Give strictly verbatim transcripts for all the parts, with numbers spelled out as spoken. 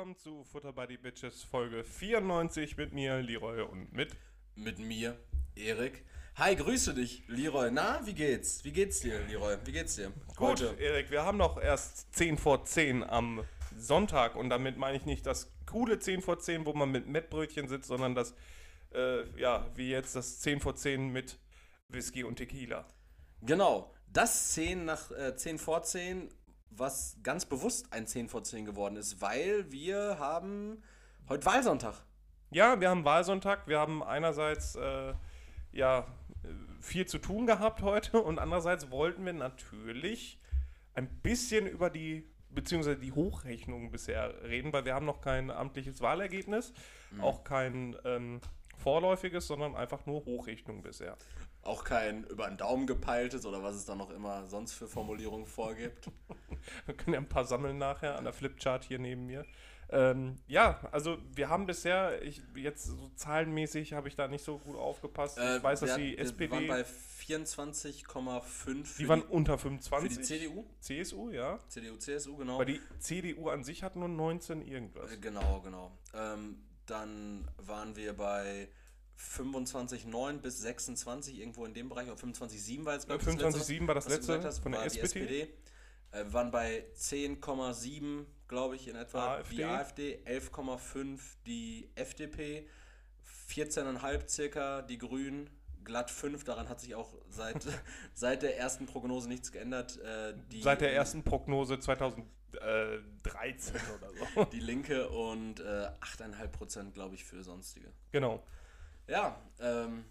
willkommen zu Futter by the Bitches Folge vierundneunzig mit mir, Leroy, und mit... Mit mir, Erik. Hi, grüße dich, Leroy. Na, wie geht's? Wie geht's dir, Leroy? Wie geht's dir? Gut, Heute? Erik, wir haben noch erst zehn vor zehn am Sonntag und damit meine ich nicht das coole zehn vor zehn, wo man mit Mettbrötchen sitzt, sondern das, äh, ja, wie jetzt das zehn vor zehn mit Whisky und Tequila. Genau, das zehn nach äh, zehn vor zehn, was ganz bewusst ein zehn vor zehn geworden ist, weil wir haben heute Wahlsonntag. Ja, wir haben Wahlsonntag, wir haben einerseits, äh, ja, viel zu tun gehabt heute und andererseits wollten wir natürlich ein bisschen über die, beziehungsweise die Hochrechnung bisher reden, weil wir haben noch kein amtliches Wahlergebnis, mhm. auch kein ähm, vorläufiges, sondern einfach nur Hochrechnung bisher. Auch kein über den Daumen gepeiltes oder was es da noch immer sonst für Formulierungen vorgibt. Wir können ja ein paar sammeln nachher an der Flipchart hier neben mir. Ähm, ja, also wir haben bisher, ich, jetzt so zahlenmäßig habe ich da nicht so gut aufgepasst. Ich äh, weiß, dass wir, die S P D... Wir waren bei vierundzwanzig Komma fünf. Die waren die, unter fünfundzwanzig. Für die C D U? C S U, ja. C D U, C S U, genau. Weil die C D U an sich hat nur neunzehn irgendwas. Äh, genau, genau. Ähm, dann waren wir bei fünfundzwanzig Komma neun bis sechsundzwanzig, irgendwo in dem Bereich, oder fünfundzwanzig Komma sieben war jetzt, glaube ich, fünfundzwanzig Komma sieben war das letzte hast, von der S P D. S P D. Äh, wir waren bei zehn Komma sieben, glaube ich, in etwa AfD. die AfD, elf Komma fünf die F D P, vierzehn Komma fünf circa die Grünen, glatt fünf, daran hat sich auch seit, seit der ersten Prognose nichts geändert. Äh, die, seit der ersten Prognose zweitausenddreizehn oder so. Die Linke und äh, acht Komma fünf Prozent, glaube ich, für Sonstige. Genau. Ja, ähm,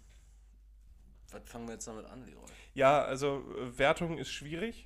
was fangen wir jetzt damit an, Leroy? Ja, also äh, Wertung ist schwierig.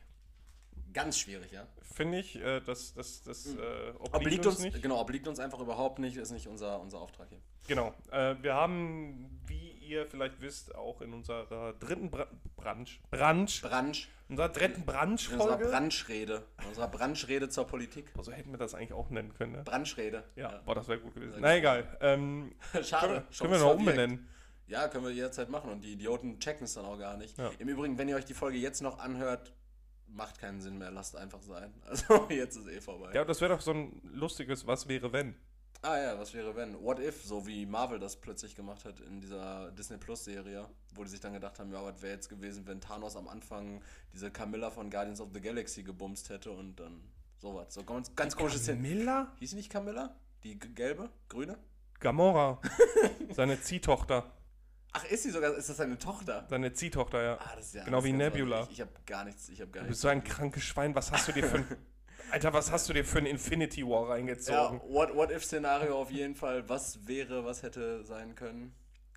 Ganz schwierig, ja. Finde ich, äh, das, das, das mhm. äh, obliegt, obliegt uns uns nicht. Genau, obliegt uns einfach überhaupt nicht, ist nicht unser, unser Auftrag hier. Genau. Äh, wir haben, wie ihr vielleicht wisst, auch in unserer dritten Bra- Branch, Branch, Branch, unserer dritten Branch-Folge. In unserer Branschrede, in unserer Branschrede zur Politik. Also hätten wir das eigentlich auch nennen können, ne? Branschrede. Ja, ja. Boah, das wäre gut gewesen. Na egal. Ähm, Schade. Können, können wir noch umbenennen. Ja, können wir jederzeit machen und die Idioten checken es dann auch gar nicht. Ja. Im Übrigen, wenn ihr euch die Folge jetzt noch anhört, macht keinen Sinn mehr, lasst einfach sein. Also jetzt ist eh vorbei. Ja, das wäre doch so ein lustiges Was wäre wenn. Ah ja, was wäre wenn? What if, so wie Marvel das plötzlich gemacht hat in dieser Disney Plus Serie, wo die sich dann gedacht haben, ja, was wäre jetzt gewesen, wenn Thanos am Anfang diese Camilla von Guardians of the Galaxy gebumst hätte und dann sowas. So ganz, ganz komisches Szene. Camilla? Hieß sie nicht Camilla? Die g- gelbe? Grüne? Gamora. Seine Ziehtochter. Ach, ist sie sogar, ist das seine Tochter? Seine Ziehtochter, ja. Ah, das ist ja genau wie Nebula. Ich, ich habe gar nichts, ich habe gar Du nichts. bist so ein krankes Schwein, was hast du dir für ein... Alter, was hast du dir für ein Infinity War reingezogen? Ja, what, what if Szenario auf jeden Fall. Was wäre, was hätte sein können?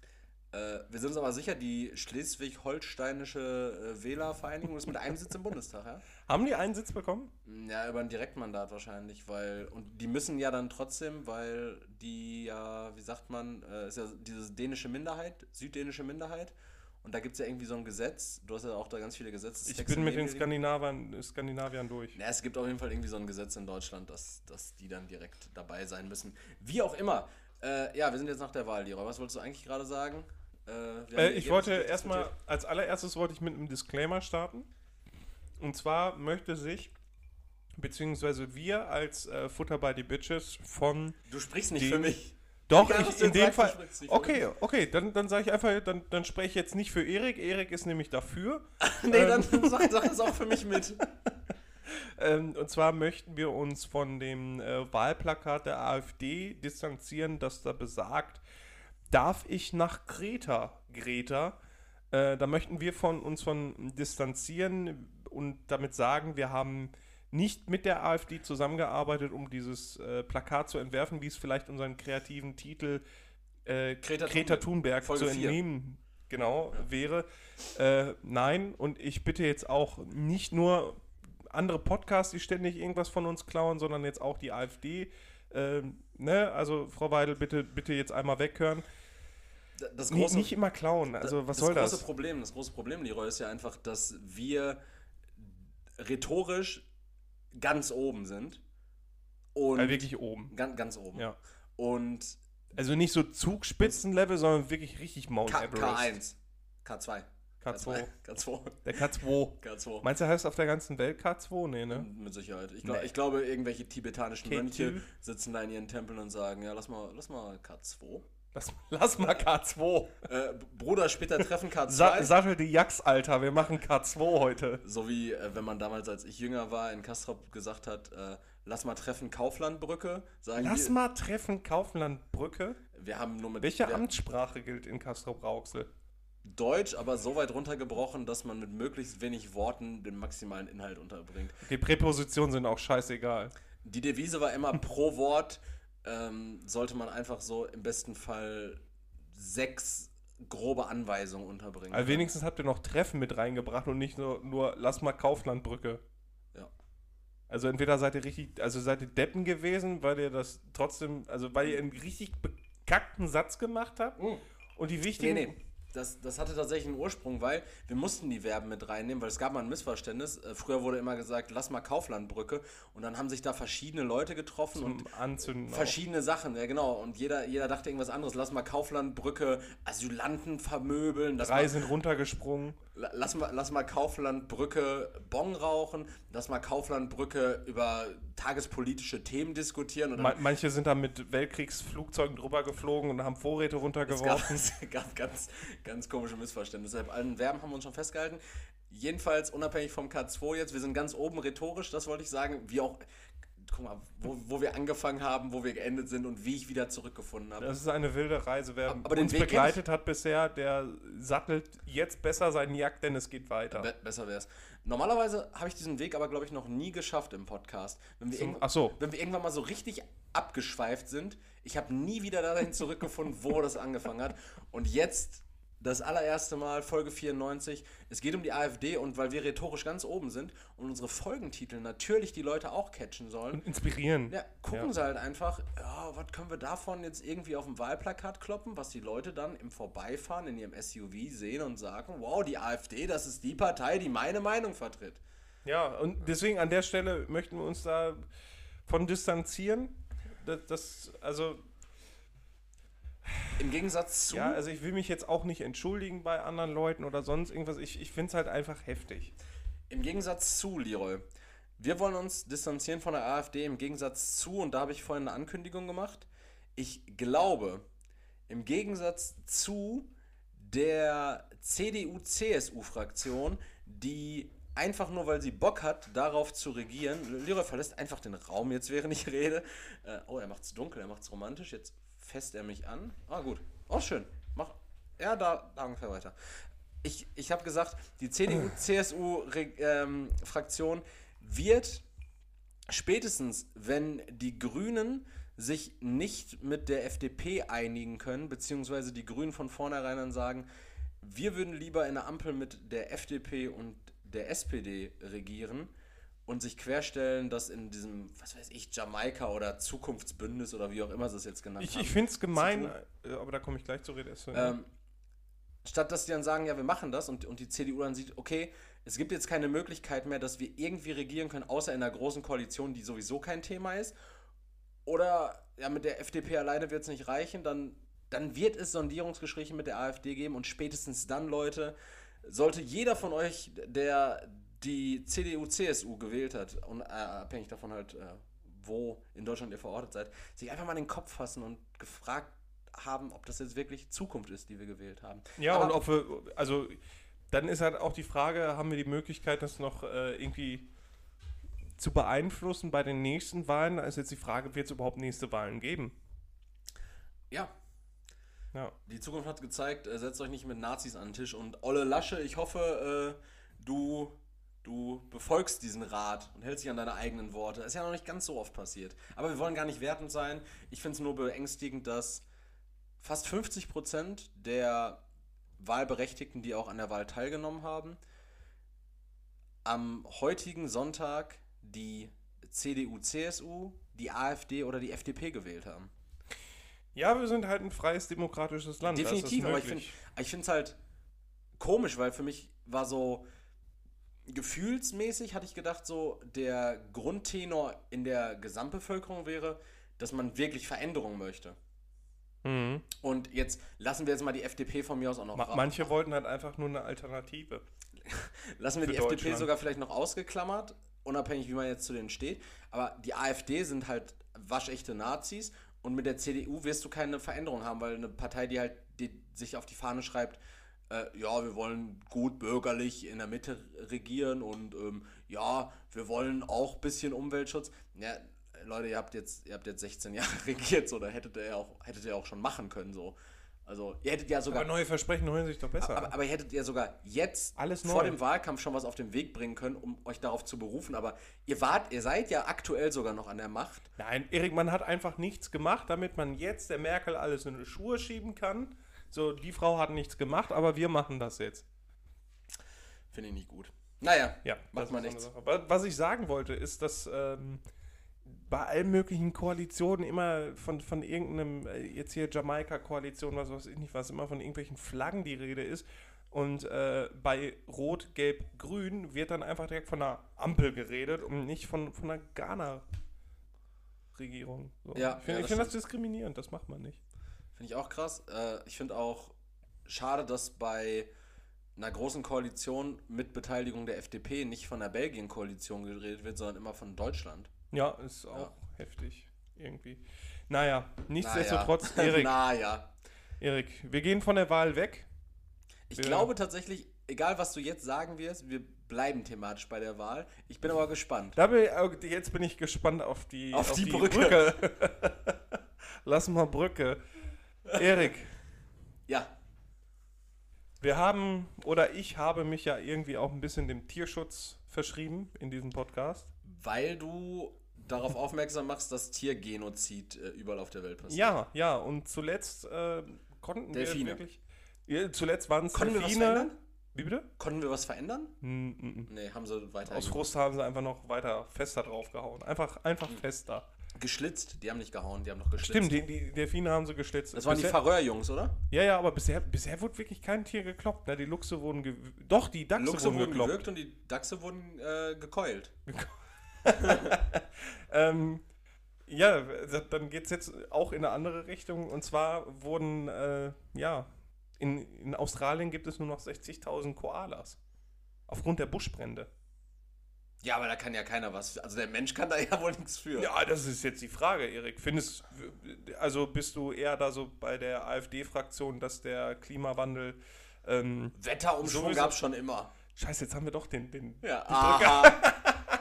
Äh, wir sind uns aber sicher, die schleswig-holsteinische äh, Wählervereinigung ist mit einem Sitz im Bundestag, ja? Haben die einen Sitz bekommen? Ja, über ein Direktmandat wahrscheinlich, weil, und die müssen ja dann trotzdem, weil die ja, wie sagt man, äh, ist ja diese dänische Minderheit, süddänische Minderheit. Und da gibt es ja irgendwie so ein Gesetz, du hast ja auch da ganz viele Gesetze. Ich bin mit den Skandinaviern, Skandinaviern durch. Ja, es gibt auf jeden Fall irgendwie so ein Gesetz in Deutschland, dass, dass die dann direkt dabei sein müssen. Wie auch immer. Äh, ja, wir sind jetzt nach der Wahl, Leroy. Was wolltest du eigentlich gerade sagen? Äh, äh, ich wollte erstmal, als allererstes wollte ich mit einem Disclaimer starten. Und zwar möchte sich, beziehungsweise wir als äh, Futter by the Bitches von... Du sprichst nicht die, für mich. Doch, Egal, ich, in dem sagst, Fall... Okay, okay, dann, dann sage ich einfach, dann, dann spreche ich jetzt nicht für Erik. Erik ist nämlich dafür. Nee, ähm, dann sag, sag es auch für mich mit. ähm, und zwar möchten wir uns von dem äh, Wahlplakat der AfD distanzieren, das da besagt, darf ich nach Kreta, Greta? Äh, da möchten wir von uns von distanzieren und damit sagen, wir haben nicht mit der AfD zusammengearbeitet, um dieses äh, Plakat zu entwerfen, wie es vielleicht unseren kreativen Titel äh, Greta, Greta Thunberg Folge zu vier. entnehmen genau Ja. wäre. Äh, nein, und ich bitte jetzt auch nicht nur andere Podcasts, die ständig irgendwas von uns klauen, sondern jetzt auch die AfD. Äh, ne? Also Frau Weidel, bitte, bitte jetzt einmal weghören. Das Nee, große, nicht immer klauen, also was das soll große das? Problem, das große Problem, Leroy, ist ja einfach, dass wir rhetorisch ganz oben sind. Und Ja, wirklich oben. Ganz, ganz oben. Ja. Und Also nicht so Zugspitzenlevel, sondern wirklich richtig Mount K- Everest. K eins, K zwei. K zwei. K zwei. Der K zwei. K zwei. Meinst du, heißt auf der ganzen Welt K zwei? Nee, ne? Mit Sicherheit. Ich, glaub, Nee. ich glaube, irgendwelche tibetanischen K zwei? Mönche sitzen da in ihren Tempeln und sagen, ja, lass mal, lass mal K zwei. Lass, lass mal K zwei. Äh, Bruder, später treffen K Sa zwei. Sattel die Jacks, Alter, wir machen K zwei heute. So wie, äh, wenn man damals, als ich jünger war, in Castrop gesagt hat, äh, lass mal treffen Kauflandbrücke. Sagen Lass die, mal treffen Kauflandbrücke. wir haben nur mit Welche wir, Amtssprache gilt in Castrop-Rauxel? Deutsch, aber so weit runtergebrochen, dass man mit möglichst wenig Worten den maximalen Inhalt unterbringt. Die Präpositionen sind auch scheißegal. Die Devise war immer pro Wort ähm, sollte man einfach so im besten Fall sechs grobe Anweisungen unterbringen. Also wenigstens habt ihr noch Treffen mit reingebracht und nicht nur, nur lass mal Kauflandbrücke. Ja. Also entweder seid ihr richtig, also seid ihr Deppen gewesen, weil ihr das trotzdem, also weil ihr einen richtig bekackten Satz gemacht habt Mm. und die wichtigen... Nee, nee. Das, das hatte tatsächlich einen Ursprung, weil wir mussten die Verben mit reinnehmen, weil es gab mal ein Missverständnis. Äh, früher wurde immer gesagt, lass mal Kauflandbrücke. Und dann haben sich da verschiedene Leute getroffen Zum und Anzünden verschiedene Sachen. Ja, genau. Und jeder, jeder dachte irgendwas anderes. Lass mal Kauflandbrücke Asylanten vermöbeln. Lass Drei mal, sind runtergesprungen. lass, mal, lass mal Kauflandbrücke Bon rauchen. Lass mal Kauflandbrücke über tagespolitische Themen diskutieren. Und Ma manche sind da mit Weltkriegsflugzeugen drüber geflogen und haben Vorräte es gab, runtergeworfen. es gab ganz, ganz komische Missverständnisse. Deshalb allen Verben haben wir uns schon festgehalten. Jedenfalls unabhängig vom K zwei jetzt, wir sind ganz oben rhetorisch, das wollte ich sagen, wie auch, guck mal, wo, wo wir angefangen haben, wo wir geendet sind und wie ich wieder zurückgefunden habe. Das ist eine wilde Reise. Wer Aber den uns Weg begleitet hat bisher, der sattelt jetzt besser seinen Jack, denn es geht weiter. Be besser wär's. Normalerweise habe ich diesen Weg aber, glaube ich, noch nie geschafft im Podcast. Wenn wir, Zum- irgend- ach so. wenn wir irgendwann mal so richtig abgeschweift sind, ich habe nie wieder dahin zurückgefunden, wo das angefangen hat. Und jetzt das allererste Mal, Folge vierundneunzig, es geht um die AfD und weil wir rhetorisch ganz oben sind und unsere Folgentitel natürlich die Leute auch catchen sollen, Und inspirieren. ja, gucken Ja. sie halt einfach, ja, was können wir davon jetzt irgendwie auf dem Wahlplakat kloppen, was die Leute dann im Vorbeifahren in ihrem S U V sehen und sagen, wow, die AfD, das ist die Partei, die meine Meinung vertritt. Ja, und deswegen an der Stelle möchten wir uns da von distanzieren. Das, das also, Im Gegensatz zu, ja, also ich will mich jetzt auch nicht entschuldigen bei anderen Leuten oder sonst irgendwas. Ich, ich finde es halt einfach heftig. im Gegensatz zu, Leroy, wir wollen uns distanzieren von der AfD im Gegensatz zu, und da habe ich vorhin eine Ankündigung gemacht, ich glaube, im Gegensatz zu der C D U-C S U-Fraktion, die einfach nur, weil sie Bock hat, darauf zu regieren, Leroy verlässt einfach den Raum jetzt, während ich rede. Äh, oh, er macht es dunkel, er macht es romantisch, jetzt fässt er mich an. Ah, gut. Oh, schön. Mach. Ja, da, da ungefähr weiter. Ich, ich habe gesagt, die C D U-C S U-Fraktion wird spätestens, wenn die Grünen sich nicht mit der F D P einigen können, beziehungsweise die Grünen von vornherein dann sagen, wir würden lieber in der Ampel mit der F D P und der S P D regieren und sich querstellen, dass in diesem, was weiß ich, Jamaika oder Zukunftsbündnis oder wie auch immer sie es jetzt genannt Ich, haben. ich finde es gemein, zu äh, aber da komme ich gleich zur Rede. Ist, Ähm, statt dass die dann sagen, ja, wir machen das und, und die C D U dann sieht, okay, es gibt jetzt keine Möglichkeit mehr, dass wir irgendwie regieren können, außer in einer großen Koalition, die sowieso kein Thema ist. Oder ja, mit der F D P alleine wird es nicht reichen, dann, dann wird es Sondierungsgespräche mit der AfD geben und spätestens dann, Leute, sollte jeder von euch, der die C D U-C S U gewählt hat, und äh, abhängig davon halt, äh, wo in Deutschland ihr verortet seid, sich einfach mal den Kopf fassen und gefragt haben, ob das jetzt wirklich Zukunft ist, die wir gewählt haben. Ja, Aber und ob wir, also dann ist halt auch die Frage, haben wir die Möglichkeit, das noch äh, irgendwie zu beeinflussen bei den nächsten Wahlen? Da ist jetzt die Frage, wird es überhaupt nächste Wahlen geben? ja, Ja. die Zukunft hat gezeigt, äh, setzt euch nicht mit Nazis an den Tisch. Und Olle Lasche, ich hoffe, äh, du, du befolgst diesen Rat und hältst dich an deine eigenen Worte. Ist ja noch nicht ganz so oft passiert. Aber wir wollen gar nicht wertend sein. Ich finde es nur beängstigend, dass fast fünfzig Prozent der Wahlberechtigten, die auch an der Wahl teilgenommen haben, am heutigen Sonntag die C D U-C S U, die AfD oder die F D P gewählt haben. Ja, wir sind halt ein freies, demokratisches Land. Definitiv, das aber ist ich finde möglich. ich finde es halt komisch, weil für mich war so gefühlsmäßig, hatte ich gedacht, so der Grundtenor in der Gesamtbevölkerung wäre, dass man wirklich Veränderung möchte. Mhm. Und jetzt lassen wir jetzt mal die F D P von mir aus auch noch Ma- ra- Manche wollten halt einfach nur eine Alternative. Lassen wir für die F D P Deutschland. sogar vielleicht noch ausgeklammert, unabhängig wie man jetzt zu denen steht. Aber die AfD sind halt waschechte Nazis und mit der C D U wirst du keine Veränderung haben, weil eine Partei, die halt die sich auf die Fahne schreibt, äh, ja, wir wollen gut bürgerlich in der Mitte regieren und ähm, ja, wir wollen auch ein bisschen Umweltschutz. Ja, Leute, ihr habt jetzt, ihr habt jetzt sechzehn Jahre regiert, so, da hättet ihr ja auch, hättet ihr auch schon machen können, so. Also, ihr hättet ja sogar. Aber neue Versprechen hören sich doch besser Aber, an. aber ihr hättet ja sogar jetzt Alles vor neu. dem Wahlkampf schon was auf den Weg bringen können, um euch darauf zu berufen. Aber ihr wart, ihr seid ja aktuell sogar noch an der Macht. Nein, Erik, man hat einfach nichts gemacht, damit man jetzt der Merkel alles in die Schuhe schieben kann. So, die Frau hat nichts gemacht, aber wir machen das jetzt. Finde ich nicht gut. Naja, Ja, macht das man ist nichts. so eine Sache. Aber was ich sagen wollte, ist, dass ähm, bei allen möglichen Koalitionen immer von, von irgendeinem, äh, jetzt hier Jamaika-Koalition, was weiß ich nicht, was immer von irgendwelchen Flaggen die Rede ist. Und äh, bei Rot, Gelb, Grün wird dann einfach direkt von einer Ampel geredet und nicht von, von einer Ghana-Regierung. So. Ja, ich finde ja, ich das find das stimmt. diskriminierend, das macht man nicht. Finde ich auch krass. Äh, ich finde auch schade, dass bei einer großen Koalition mit Beteiligung der F D P nicht von der Belgien-Koalition geredet wird, sondern immer von Deutschland. Ja, ist auch Ja. heftig irgendwie. Naja, nichtsdestotrotz, Naja. Erik, naja. Erik, wir gehen von der Wahl weg. Ich Wir- glaube tatsächlich, egal was du jetzt sagen wirst, wir bleiben thematisch bei der Wahl. Ich bin aber gespannt. Da bin, äh, jetzt bin ich gespannt auf die, Auf die Brücke. Lass mal Brücke. Erik, Ja, wir haben, oder ich habe mich ja irgendwie auch ein bisschen dem Tierschutz verschrieben in diesem Podcast. weil du darauf aufmerksam machst, dass Tiergenozid äh, überall auf der Welt passiert. Ja, ja, und zuletzt äh, konnten Delfine. wir wirklich, ja, zuletzt waren es Konnten wir was Delfine. verändern? Wie bitte? Konnten wir was verändern? Mm, mm, mm. Nee, haben sie weiter Aus Frust haben sie einfach noch weiter fester draufgehauen. Einfach, einfach fester. geschlitzt. Die haben nicht gehauen, die haben noch geschlitzt. Stimmt, die, die Delfine haben sie geschlitzt. Das waren die Bisher- Färöer-Jungs, oder? Ja, ja, aber bisher, bisher wurde wirklich kein Tier gekloppt. Ne? Die Luchse wurden gew Doch, die Dachse Luchse wurden wurden gekloppt. gewürgt und die Dachse wurden äh, gekeult. ähm, ja, d- dann geht es jetzt auch in eine andere Richtung. Und zwar wurden, äh, ja, in, in Australien gibt es nur noch sechzigtausend Koalas. Aufgrund der Buschbrände. Ja, aber da kann ja keiner was. Also der Mensch kann da ja wohl nichts für. Ja, das ist jetzt die Frage, Erik. Findest, also bist du eher da so bei der AfD-Fraktion, dass der Klimawandel, ähm, Wetterumschwung Sowieso. gab es schon immer. Scheiße, jetzt haben wir doch den, den Ja, die Brücke. aha.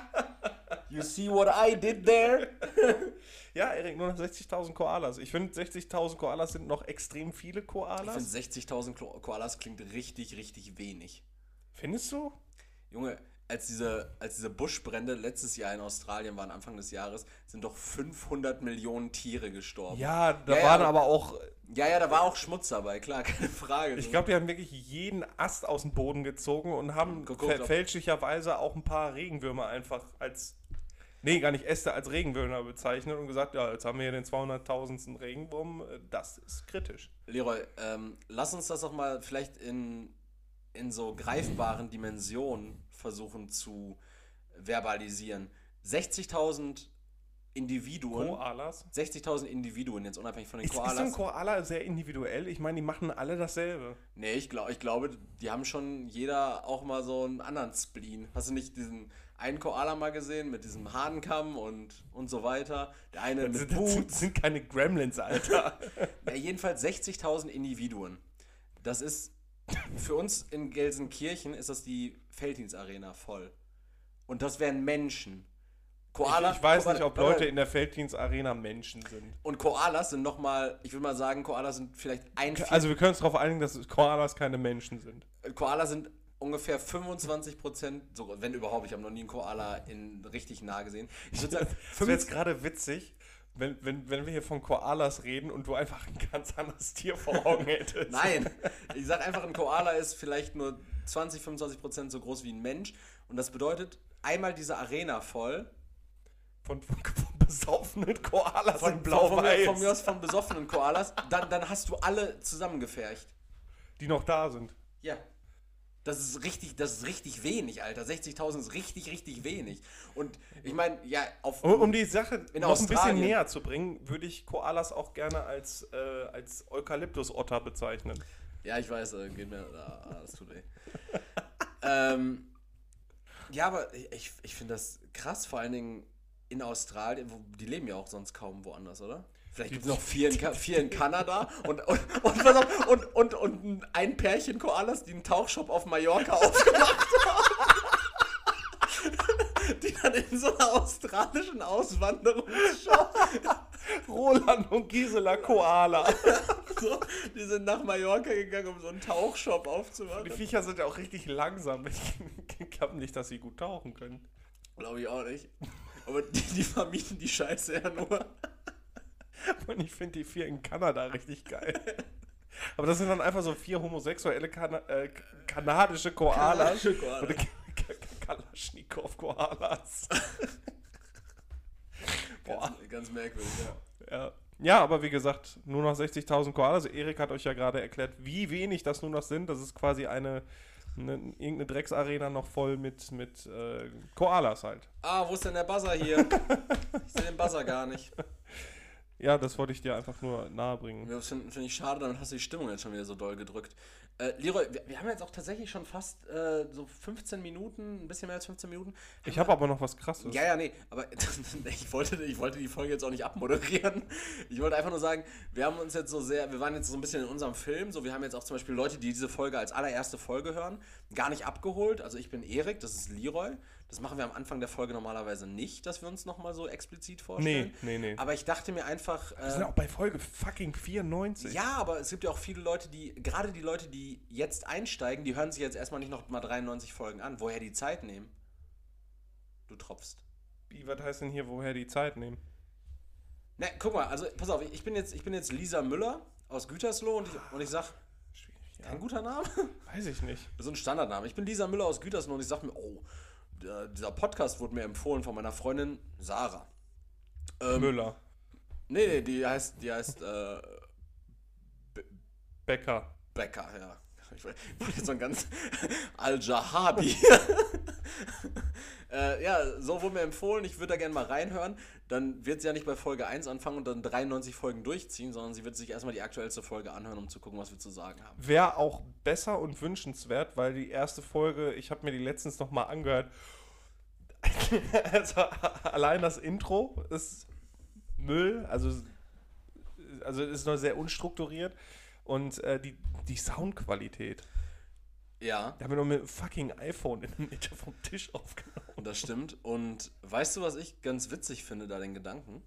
You see what I did there? Ja, Erik, nur noch sechzigtausend Koalas. Ich finde, sechzigtausend Koalas sind noch extrem viele Ich finde Koalas. sechzigtausend Ko- Koalas klingt richtig, richtig wenig. Findest du? Junge, als diese, als diese Buschbrände letztes Jahr in Australien waren, Anfang des Jahres, sind doch fünfhundert Millionen Tiere gestorben. Ja, da Ja, ja, waren aber- aber auch, Ja, ja, da war auch Schmutz dabei, klar, keine Frage. ich so. glaube, die haben wirklich jeden Ast aus dem Boden gezogen und haben Geguckt, fä- ob- fälschlicherweise auch ein paar Regenwürmer einfach als, nee, gar nicht Äste, als Regenwürmer bezeichnet und gesagt, ja, jetzt haben wir hier den zweihunderttausendsten Regenwurm, äh, das ist kritisch. Leroy, ähm, lass uns das doch mal vielleicht in, in so greifbaren Dimensionen versuchen zu verbalisieren. sechzigtausend Individuen, Koalas? sechzigtausend Individuen, jetzt unabhängig von den Ist, ist so ein Koalas. Koala sehr individuell? Ich meine, die machen alle dasselbe. Nee, ich, glaub, ich glaube, die haben schon jeder auch mal so einen anderen Spleen. Hast du nicht diesen einen Koala mal gesehen mit diesem Hahnenkamm und, und so weiter? Der eine Das, mit sind- das sind, Boots. sind keine Gremlins, Alter. Ja, jedenfalls sechzigtausend Individuen. Das ist, für uns in Gelsenkirchen ist das die Felddienstarena voll. Und das wären Menschen. Koala, ich, ich weiß Koala- nicht, ob Leute in der Felddienstarena Menschen sind. Und Koalas sind nochmal, ich würde mal sagen, Koalas sind vielleicht ein Viertel. Also wir können uns darauf einigen, dass Koalas keine Menschen sind. Koalas sind ungefähr fünfundzwanzig Prozent, so, wenn überhaupt, ich habe noch nie einen Koala in richtig nah gesehen. Ich würde sagen, Das wäre jetzt gerade witzig, wenn, wenn, wenn wir hier von Koalas reden und du einfach ein ganz anderes Tier vor Augen hättest. Nein, ich sag einfach, ein Koala ist vielleicht nur zwanzig, fünfundzwanzig Prozent so groß wie ein Mensch. Und das bedeutet, einmal diese Arena voll, Von, von, von besoffenen Koalas von, in von, blau-weiß, von mir aus von besoffenen Koalas, dann, dann hast du alle zusammengefercht. die noch da sind. Ja. Das ist richtig, das ist richtig wenig, Alter. sechzigtausend ist richtig, richtig wenig. Und ich meine, ja, auf... Um, um die Sache in noch ein bisschen Australien. näher zu bringen, würde ich Koalas auch gerne als, äh, als Eukalyptusotter bezeichnen. Ja, ich weiß, äh, geht mir... Ah, das tut weh. ähm, ja, aber ich, ich finde das krass, vor allen Dingen in Australien, wo, die leben ja auch sonst kaum woanders, oder? Vielleicht gibt es noch vier in, Ka- vier in Kanada und, und, und, pass auf, und, und, und ein Pärchen Koalas, die einen Tauchshop auf Mallorca aufgemacht haben. Die dann in so einer australischen Auswanderungsschau. Roland und Gisela Koala. So, die sind nach Mallorca gegangen, um so einen Tauchshop aufzumachen. Die Viecher sind ja auch richtig langsam. Ich glaube nicht, dass sie gut tauchen können. Glaube ich auch nicht. Aber die, die vermieten die Scheiße ja nur. Und ich finde die vier in Kanada richtig geil. Aber das sind dann einfach so vier homosexuelle Kana äh, kanadische Koalas. Kanadische Koalas. Oder Kalaschnikow-Koalas. Ganz, ganz merkwürdig, ja. Ja. Ja, aber wie gesagt, nur noch sechzigtausend Koalas. Erik hat euch ja gerade erklärt, wie wenig das nur noch sind. Das ist quasi eine, eine irgendeine Drecksarena noch voll mit, mit äh, Koalas halt. Ah, wo ist denn der Buzzer hier? Ich sehe den Buzzer gar nicht. Ja, das wollte ich dir einfach nur nahebringen. Das finde find ich schade, damit hast du die Stimmung jetzt schon wieder so doll gedrückt. Äh, Leroy, wir, wir haben jetzt auch tatsächlich schon fast äh, so fünfzehn Minuten, ein bisschen mehr als fünfzehn Minuten. Ich habe aber noch was Krasses. Ja, ja, nee, aber ich wollte, ich wollte die Folge jetzt auch nicht abmoderieren. Ich wollte einfach nur sagen, wir haben uns jetzt so sehr, wir waren jetzt so ein bisschen in unserem Film, so wir haben jetzt auch zum Beispiel Leute, die diese Folge als allererste Folge hören, gar nicht abgeholt. Also ich bin Erik, das ist Leroy. Das machen wir am Anfang der Folge normalerweise nicht, dass wir uns nochmal so explizit vorstellen. Nee, nee, nee. Aber ich dachte mir einfach... Wir sind äh, auch bei Folge fucking vierundneunzig. Ja, aber es gibt ja auch viele Leute, die, gerade die Leute, die jetzt einsteigen, die hören sich jetzt erstmal nicht noch mal dreiundneunzig Folgen an. Woher die Zeit nehmen? Du tropfst. Wie, was heißt denn hier, woher die Zeit nehmen? Ne, guck mal, also pass auf, ich bin jetzt, ich bin jetzt Lisa Müller aus Gütersloh und ich, und ich sag, Schwierig, kein guter Name? Weiß ich nicht. Das ist so ein Standardname. Ich bin Lisa Müller aus Gütersloh und ich sag mir, oh, der, dieser Podcast wurde mir empfohlen von meiner Freundin Sarah. Ähm, Müller. Nee, nee, die heißt, die heißt, äh, Becker. Becker, ja. Ich wollte jetzt so ein ganz Al-Jahadi. äh, ja, so wurde mir empfohlen, ich würde da gerne mal reinhören. Dann wird sie ja nicht bei Folge eins anfangen und dann dreiundneunzig Folgen durchziehen, sondern sie wird sich erstmal die aktuellste Folge anhören, um zu gucken, was wir zu sagen haben. Wäre auch besser und wünschenswert, weil die erste Folge, ich habe mir die letztens nochmal angehört. Also allein das Intro ist Müll, also, also ist noch sehr unstrukturiert. Und äh, die, die Soundqualität. Ja. Da haben wir noch mit dem fucking iPhone in der Mitte vom Tisch aufgenommen. Das stimmt. Und weißt du, was ich ganz witzig finde, da den Gedanken?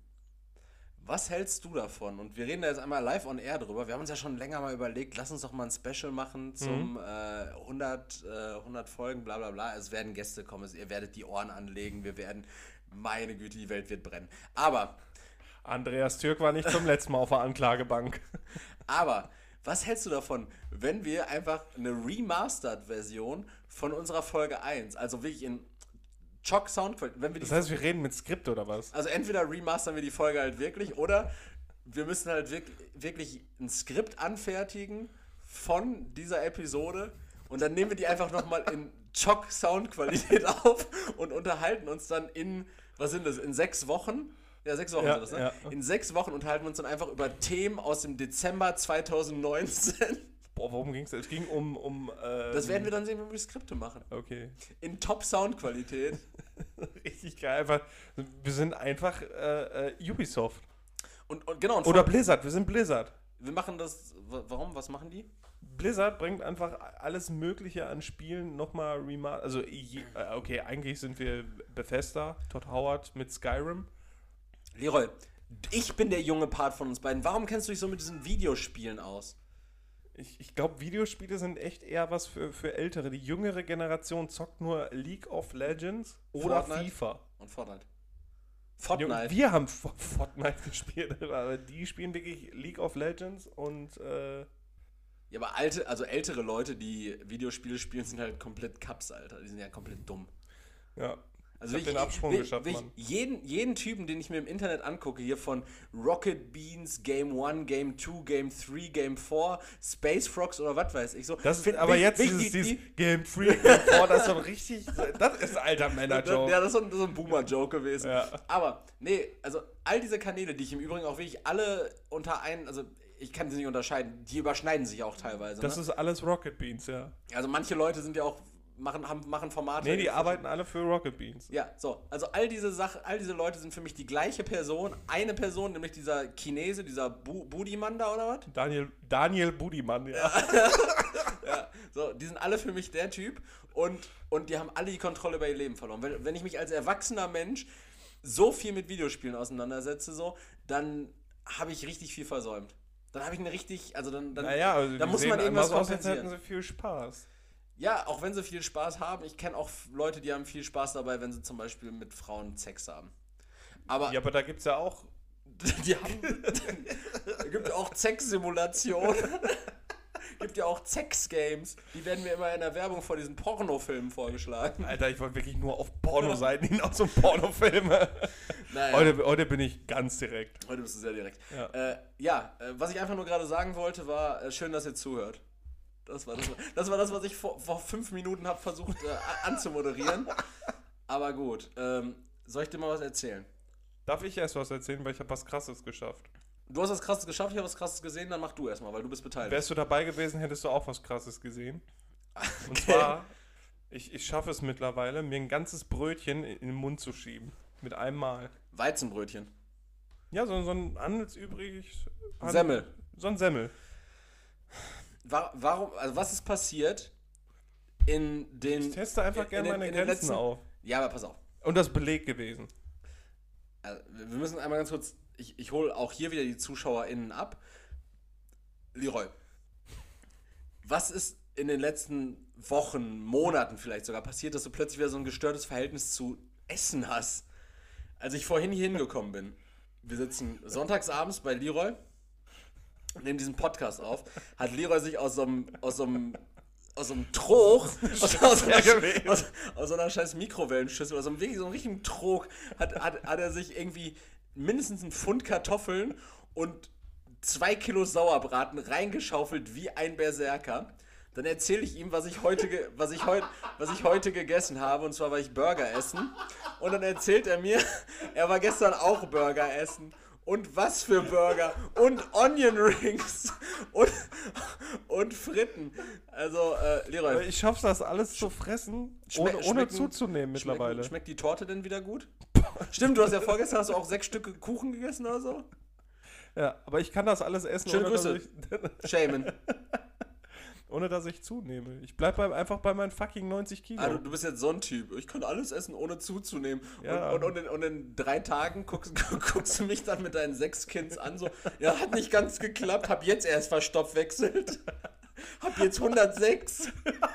Was hältst du davon? Und wir reden da jetzt einmal live on air drüber. Wir haben uns ja schon länger mal überlegt, lass uns doch mal ein Special machen zum mhm. äh, hundert, äh, hundert Folgen, bla bla bla. Es werden Gäste kommen, ihr werdet die Ohren anlegen, wir werden, meine Güte, die Welt wird brennen. Aber Andreas Türk war nicht zum letzten Mal auf der Anklagebank. Aber was hältst du davon, wenn wir einfach eine Remastered-Version von unserer Folge eins, also wirklich in Chock Soundqualität, wenn wir die Das heißt, wir reden mit Skript oder was? Also entweder remastern wir die Folge halt wirklich oder wir müssen halt wirklich, wirklich ein Skript anfertigen von dieser Episode und dann nehmen wir die einfach nochmal in Chock Soundqualität auf und unterhalten uns dann in, was sind das, in sechs Wochen? Ja, sechs Wochen ja, sind das, ne? Ja. In sechs Wochen unterhalten wir uns dann einfach über Themen aus dem Dezember zwanzig neunzehn. Boah, worum ging es? Es ging um... um ähm, Das werden wir dann sehen, wenn wir die Skripte machen. Okay. In Top-Soundqualität. Richtig geil. Einfach, wir sind einfach äh, äh, Ubisoft. Und, und genau. Und Oder Blizzard. Wir sind Blizzard. Wir machen das... Warum? Was machen die? Blizzard bringt einfach alles Mögliche an Spielen nochmal remastered. Also, je, okay, eigentlich sind wir Bethesda, Todd Howard mit Skyrim. Leroy, ich bin der junge Part von uns beiden. Warum kennst du dich so mit diesen Videospielen aus? Ich, ich glaube, Videospiele sind echt eher was für, für Ältere. Die jüngere Generation zockt nur League of Legends oder Fortnite? FIFA. Und Fortnite. Fortnite. Wir haben Fortnite gespielt, aber die spielen wirklich League of Legends und äh ja, aber alte, also ältere Leute, die Videospiele spielen, sind halt komplett Kaps, Alter. Die sind ja komplett dumm. Ja. Also ich hab den Absprung will, geschafft, will ich Mann. jeden, jeden Typen, den ich mir im Internet angucke, hier von Rocket Beans, Game eins, Game zwei, Game drei, Game vier, Space Frogs oder was weiß ich so. Das ist, Find- aber will- jetzt will dieses, die- dieses die- Game Free, Game vier, das ist so richtig, das ist alter Männer-Joke. Ja, das ist so ein, so ein Boomer-Joke gewesen. Ja. Aber, nee, also all diese Kanäle, die ich im Übrigen auch wirklich alle unter einen, also ich kann sie nicht unterscheiden, die überschneiden sich auch teilweise. Das ne? ist alles Rocket Beans, ja. Also manche Leute sind ja auch, machen, haben, machen Formate. Nee, die arbeiten alle für Rocket Beans. Ja, so, also all diese Sachen, all diese Leute sind für mich die gleiche Person. Eine Person, nämlich dieser Chinese, dieser Bu- Budiman da oder was? Daniel, Daniel Budiman, ja. Ja, so, die sind alle für mich der Typ und, und die haben alle die Kontrolle über ihr Leben verloren. Wenn, wenn ich mich als erwachsener Mensch so viel mit Videospielen auseinandersetze, so, dann habe ich richtig viel versäumt. Dann habe ich eine richtig, also dann, dann, Naja, also dann die muss sehen man irgendwas immer so aus, als kompensieren. hätten sie viel Spaß. Ja, auch wenn sie viel Spaß haben. Ich kenne auch Leute, die haben viel Spaß dabei, wenn sie zum Beispiel mit Frauen Sex haben. Aber Ja, aber da gibt's ja auch. die haben, es gibt ja auch Sex-Simulationen. Gibt ja auch Sex-Games. Die werden mir immer in der Werbung vor diesen Pornofilmen vorgeschlagen. Alter, ich wollte wirklich nur auf Pornoseiten hinaus und Pornofilme. Naja. Heute, heute bin ich ganz direkt. Heute bist du sehr direkt. Ja. Äh, ja, äh, was ich einfach nur gerade sagen wollte, war, äh, schön, dass ihr zuhört. Das war das, das, war das was ich vor, vor fünf Minuten habe versucht äh, anzumoderieren. Aber gut, ähm, soll ich dir mal was erzählen? Darf ich erst was erzählen, weil ich habe was Krasses geschafft. Du hast was Krasses geschafft, ich habe was Krasses gesehen, dann mach du erstmal, weil du bist beteiligt. Wärst du dabei gewesen, hättest du auch was Krasses gesehen. Und Okay. zwar, ich, ich schaffe es mittlerweile, mir ein ganzes Brötchen in den Mund zu schieben. Mit einem Mal. Weizenbrötchen. Ja, so, so ein handelsübrig... Hand- Semmel. So ein Semmel. Wa- Warum, also was ist passiert in den... Ich teste einfach in- gerne in den- meine in den Grenzen letzten- auf. Ja, aber pass auf. Und das ist Beleg gewesen. Also, wir müssen einmal ganz kurz, ich, ich hole auch hier wieder die ZuschauerInnen ab. Leroy, was ist in den letzten Wochen, Monaten vielleicht sogar passiert, dass du plötzlich wieder so ein gestörtes Verhältnis zu Essen hast? Als ich vorhin hier hingekommen bin, wir sitzen sonntagsabends bei Leroy, nehmen diesen Podcast auf, hat Leroy sich aus so einem, aus so einem aus so einem Trog, aus, aus, so einer, aus, aus so einer scheiß Mikrowellenschüssel, oder so einem, wirklich so einem richtigen Trog, hat, hat, hat er sich irgendwie mindestens einen Pfund Kartoffeln und zwei Kilo Sauerbraten reingeschaufelt wie ein Berserker. Dann erzähle ich ihm, was ich heute, ge- was ich heut, was ich heute gegessen habe, und zwar war ich Burger essen. Und dann erzählt er mir, er war gestern auch Burger essen. Und was für Burger und Onion Rings und, und Fritten. Also, äh, Leroy, Ich schaff's das alles zu fressen, Schme- ohne, ohne schmecken- zuzunehmen mittlerweile. schmecken, schmeckt die Torte denn wieder gut? Stimmt, du hast ja vorgestern hast du auch sechs Stücke Kuchen gegessen oder so? Ja, aber ich kann das alles essen, Schöne ohne Grüße. dass, ich, Shaman. ohne dass ich zunehme. Ich bleib bei, einfach bei meinen fucking neunzig Kilo. Also, du bist jetzt so ein Typ. Ich kann alles essen, ohne zuzunehmen. Ja. Und, und, und, in, und in drei Tagen guckst, guckst du mich dann mit deinen sechs Kinds an, so, ja, hat nicht ganz geklappt, hab jetzt erst verstoffwechselt. Hab jetzt hundertsechs.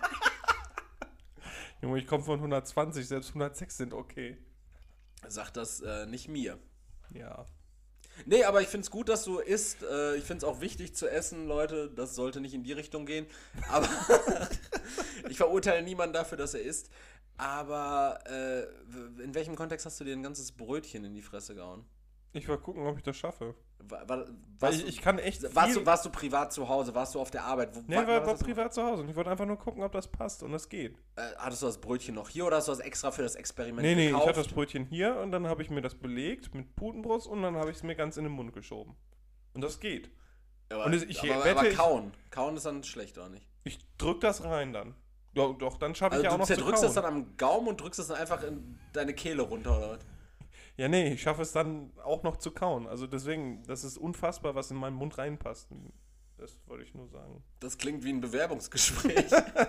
Junge, ich komme von hundertzwanzig, selbst hundertsechs sind okay. Sag das äh, nicht mir. Ja. Nee, aber ich find's gut, dass du isst. Äh, ich find's auch wichtig zu essen, Leute. Das sollte nicht in die Richtung gehen. Aber ich verurteile niemanden dafür, dass er isst. Aber äh, in welchem Kontext hast du dir ein ganzes Brötchen in die Fresse gehauen? Ich will gucken, ob ich das schaffe. War, war, Weil warst ich, du, ich kann echt warst, viel... du, warst du privat zu Hause? Warst du auf der Arbeit? Wo, Nee, war, war, war war das- privat zu Hause und ich wollte einfach nur gucken, ob das passt und das geht. Äh, hattest du das Brötchen noch hier oder hast du das extra für das Experiment Nee, nee, gekauft? ich hatte das Brötchen hier und dann habe ich mir das belegt mit Putenbrust und dann habe ich es mir ganz in den Mund geschoben. Und das geht. aber, und ich aber, wette, aber ich- kauen. Kauen ist dann schlecht, oder nicht? Ich drück das rein dann. Ja, doch, dann schaffe Also ich ja auch du noch zu zerdrückst kauen. das dann am Gaumen und drückst das dann einfach in deine Kehle runter, oder was? Ja, nee, ich schaffe es dann auch noch zu kauen. Also deswegen, das ist unfassbar, was in meinen Mund reinpasst. Das wollte ich nur sagen. Das klingt wie ein Bewerbungsgespräch.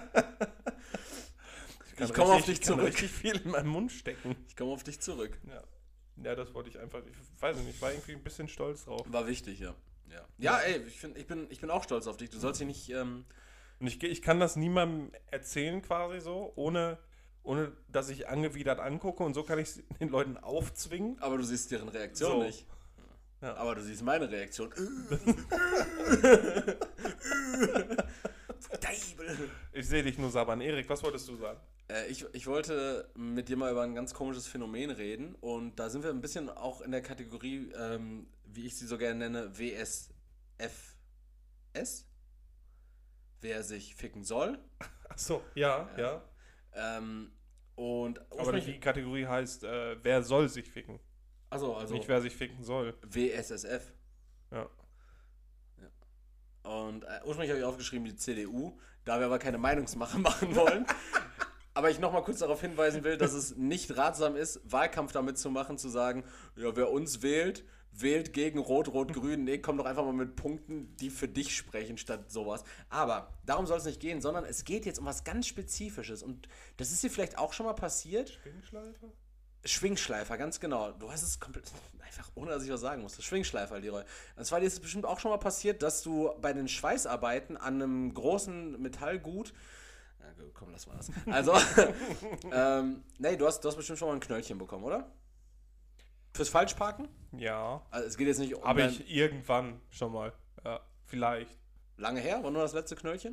kann Ich komme auf richtig- dich ich kann zurück. richtig viel in meinen Mund stecken. Ich komme auf dich zurück. Ja. Ja, das wollte ich einfach, ich weiß nicht, ich war irgendwie ein bisschen stolz drauf. War wichtig, ja. Ja, ja ey, ich, find, ich, bin, ich bin auch stolz auf dich. Du sollst dich nicht... Ähm, Und ich, ich kann das niemandem erzählen quasi so, ohne, ohne dass ich angewidert angucke und so kann ich es den Leuten aufzwingen. aber du siehst deren Reaktion So. nicht. Ja. Aber du siehst meine Reaktion. Deibel. Ich sehe dich nur sabbern. Erik, was wolltest du sagen? Äh, ich, ich wollte mit dir mal über ein ganz komisches Phänomen reden und da sind wir ein bisschen auch in der Kategorie, ähm, wie ich sie so gerne nenne, W S F S. Wer sich ficken soll. Ach so, ja, ja. ja. Ähm, und Aber die Kategorie heißt, äh, wer soll sich ficken? Also, also nicht wer sich ficken soll. W S S F. Ja. ja. Und äh, ursprünglich habe ich aufgeschrieben die C D U, da wir aber keine Meinungsmache machen wollen. Aber ich nochmal kurz darauf hinweisen will, dass es nicht ratsam ist, Wahlkampf damit zu machen, zu sagen, ja, wer uns wählt, wählt gegen Rot-Rot-Grün. Nee, komm doch einfach mal mit Punkten, die für dich sprechen, statt sowas. Aber darum soll es nicht gehen, sondern es geht jetzt um was ganz Spezifisches. Und das ist dir vielleicht auch schon mal passiert. Schwingschleifer? Schwingschleifer, ganz genau. Du hast es komplett, einfach ohne dass ich was sagen musste. Schwingschleifer, Leroy. Und zwar ist es bestimmt auch schon mal passiert, dass du bei den Schweißarbeiten an einem großen Metallgut. Na gut, komm, lass mal das. Also, ähm, nee, du hast, du hast bestimmt schon mal ein Knöllchen bekommen, oder? Fürs Falschparken? Ja. Also es geht jetzt nicht um. Habe ich irgendwann schon mal. Ja, vielleicht. Lange her? War nur das letzte Knöllchen?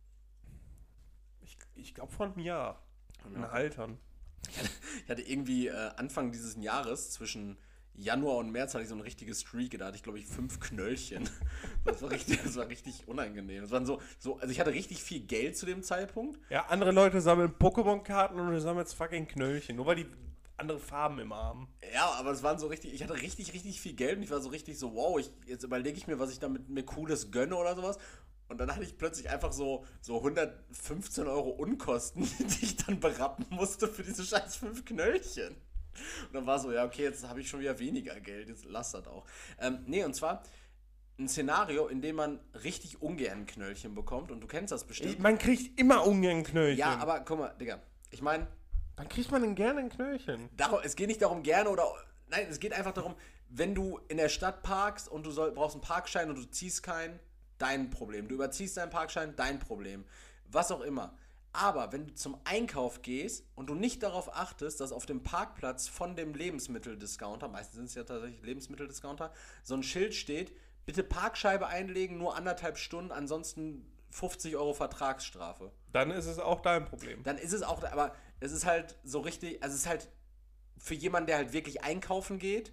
Ich, ich glaube von einem Jahr. In Altern. Ich hatte irgendwie äh, Anfang dieses Jahres, zwischen Januar und März, hatte ich so eine richtige Streak. Da hatte ich, glaube ich, fünf Knöllchen. Das war richtig, das war richtig unangenehm. Das waren so, so, also ich hatte richtig viel Geld zu dem Zeitpunkt. Ja, andere Leute sammeln Pokémon-Karten und du sammelst fucking Knöllchen. Nur weil die andere Farben im Arm. Ja, aber es waren so richtig, ich hatte richtig, richtig viel Geld und ich war so richtig so, wow, ich, jetzt überlege ich mir, was ich damit mir Cooles gönne oder sowas. Und dann hatte ich plötzlich einfach so, so hundertfünfzehn Euro Unkosten, die ich dann berappen musste für diese scheiß fünf Knöllchen. Und dann war so, ja, okay, jetzt habe ich schon wieder weniger Geld, jetzt lass das auch. Ähm, nee, und zwar ein Szenario, in dem man richtig ungern Knöllchen bekommt und du kennst das bestimmt. Man kriegt immer ungern Knöllchen. Ja, aber guck mal, Digga, ich meine... Dann kriegt man denn gerne ein Knöllchen. Darum, es geht nicht darum, gerne oder... Nein, es geht einfach darum, wenn du in der Stadt parkst und du soll, brauchst einen Parkschein und du ziehst keinen, dein Problem. Du überziehst deinen Parkschein, dein Problem. Was auch immer. Aber wenn du zum Einkauf gehst und du nicht darauf achtest, dass auf dem Parkplatz von dem Lebensmitteldiscounter, meistens sind es ja tatsächlich Lebensmitteldiscounter, so ein Schild steht, bitte Parkscheibe einlegen, nur anderthalb Stunden, ansonsten fünfzig Euro Vertragsstrafe. Dann ist es auch dein Problem. Dann ist es auch, aber es ist halt so richtig, also es ist halt für jemanden, der halt wirklich einkaufen geht,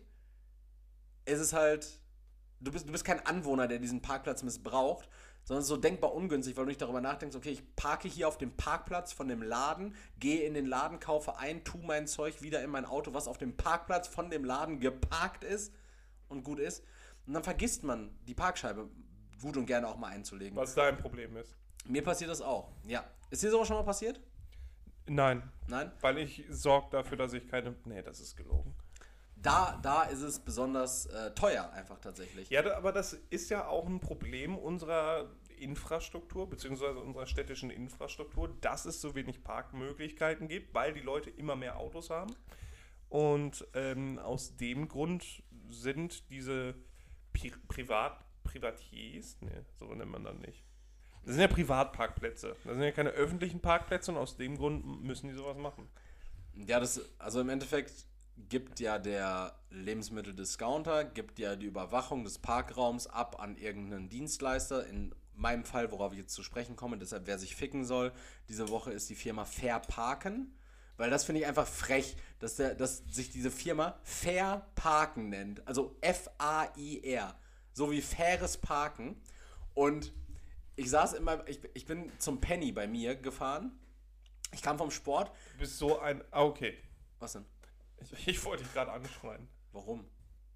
ist es halt, du bist, du bist kein Anwohner, der diesen Parkplatz missbraucht, sondern es ist so denkbar ungünstig, weil du nicht darüber nachdenkst, okay, ich parke hier auf dem Parkplatz von dem Laden, gehe in den Laden, kaufe ein, tu mein Zeug wieder in mein Auto, was auf dem Parkplatz von dem Laden geparkt ist und gut ist. Und dann vergisst man, die Parkscheibe gut und gerne auch mal einzulegen. Was dein Problem ist. Mir passiert das auch, ja. Ist dir sowas schon mal passiert? Nein. Nein? Weil ich sorge dafür, dass ich keine... Nee, das ist gelogen. Da, da ist es besonders äh, teuer einfach tatsächlich. Ja, da, aber das ist ja auch ein Problem unserer Infrastruktur, beziehungsweise unserer städtischen Infrastruktur, dass es so wenig Parkmöglichkeiten gibt, weil die Leute immer mehr Autos haben. Und ähm, aus dem Grund sind diese Pri- Privat Privatiers, ne, so nennt man dann nicht. Das sind ja Privatparkplätze. Das sind ja keine öffentlichen Parkplätze und aus dem Grund müssen die sowas machen. Ja, das, also im Endeffekt gibt ja der Lebensmitteldiscounter, gibt ja die Überwachung des Parkraums ab an irgendeinen Dienstleister. In meinem Fall, worauf ich jetzt zu sprechen komme, deshalb wer sich ficken soll, diese Woche ist die Firma Fair Parken. Weil das finde ich einfach frech, dass, der, dass sich diese Firma Fair Parken nennt. Also F A I R. So wie faires Parken. Und ich saß immer, ich, ich bin zum Penny bei mir gefahren. Ich kam vom Sport. Du bist so ein... Ah, okay. Was denn? Ich, ich wollte dich gerade anschreien. Warum?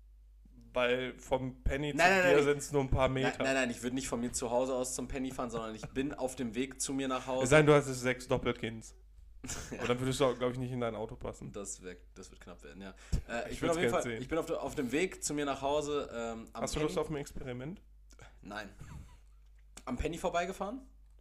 Weil vom Penny nein, zu nein, dir sind es nur ein paar Meter. Nein, nein, nein, ich würde nicht von mir zu Hause aus zum Penny fahren, sondern ich bin auf dem Weg zu mir nach Hause. Es sei denn, du hast es sechs Doppelkins. Ja. Und dann würdest du, glaube ich, nicht in dein Auto passen. Das, wär, das wird knapp werden, ja. Äh, ich, ich bin auf jeden Fall, sehen. ich bin auf, der, auf dem Weg zu mir nach Hause. Ähm, am Hast du Penny. Lust auf ein Experiment? Nein. Am Penny vorbeigefahren.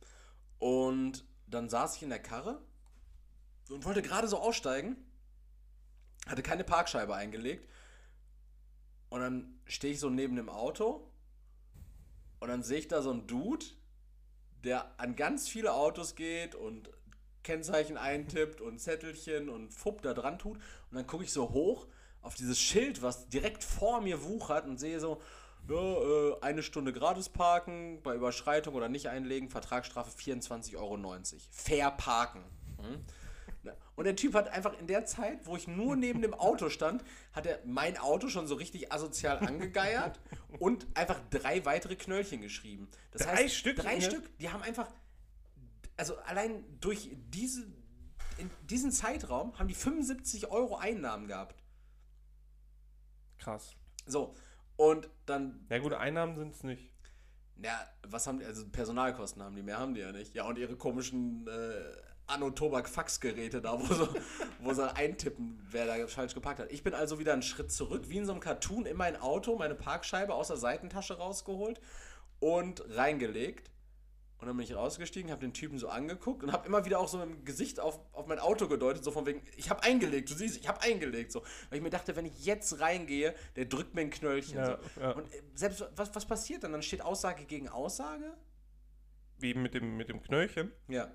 Und dann saß ich in der Karre und wollte gerade so aussteigen. Hatte keine Parkscheibe eingelegt. Und dann stehe ich so neben dem Auto. Und dann sehe ich da so einen Dude, der an ganz viele Autos geht und Kennzeichen eintippt und Zettelchen und Fupp da dran tut. Und dann gucke ich so hoch auf dieses Schild, was direkt vor mir wuchert und sehe so, ja, äh, eine Stunde gratis parken, bei Überschreitung oder nicht einlegen, Vertragsstrafe vierundzwanzig Euro neunzig. Fair parken. Hm? Und der Typ hat einfach in der Zeit, wo ich nur neben dem Auto stand, hat er mein Auto schon so richtig asozial angegeiert und einfach drei weitere Knöllchen geschrieben. Das drei heißt, Stück? Drei ne? Stück, die haben einfach, also allein durch diese, in diesen Zeitraum haben die fünfundsiebzig Euro Einnahmen gehabt. Krass. So, und dann... Ja gut, Einnahmen sind es nicht. Ja, was haben die, also Personalkosten haben die, mehr haben die ja nicht. Ja, und ihre komischen äh, Anno-Tobak-Faxgeräte da, wo sie, wo sie eintippen, wer da falsch geparkt hat. Ich bin also wieder einen Schritt zurück, wie in so einem Cartoon, in mein Auto, meine Parkscheibe aus der Seitentasche rausgeholt und reingelegt. Und dann bin ich rausgestiegen, habe den Typen so angeguckt und habe immer wieder auch so mit dem Gesicht auf, auf mein Auto gedeutet, so von wegen, ich habe eingelegt, du siehst, ich habe eingelegt. So. Weil ich mir dachte, wenn ich jetzt reingehe, der drückt mir ein Knöllchen. Ja, so. ja. Und selbst, was, was passiert dann? Dann steht Aussage gegen Aussage. Wie mit dem, mit dem Knöllchen. Ja.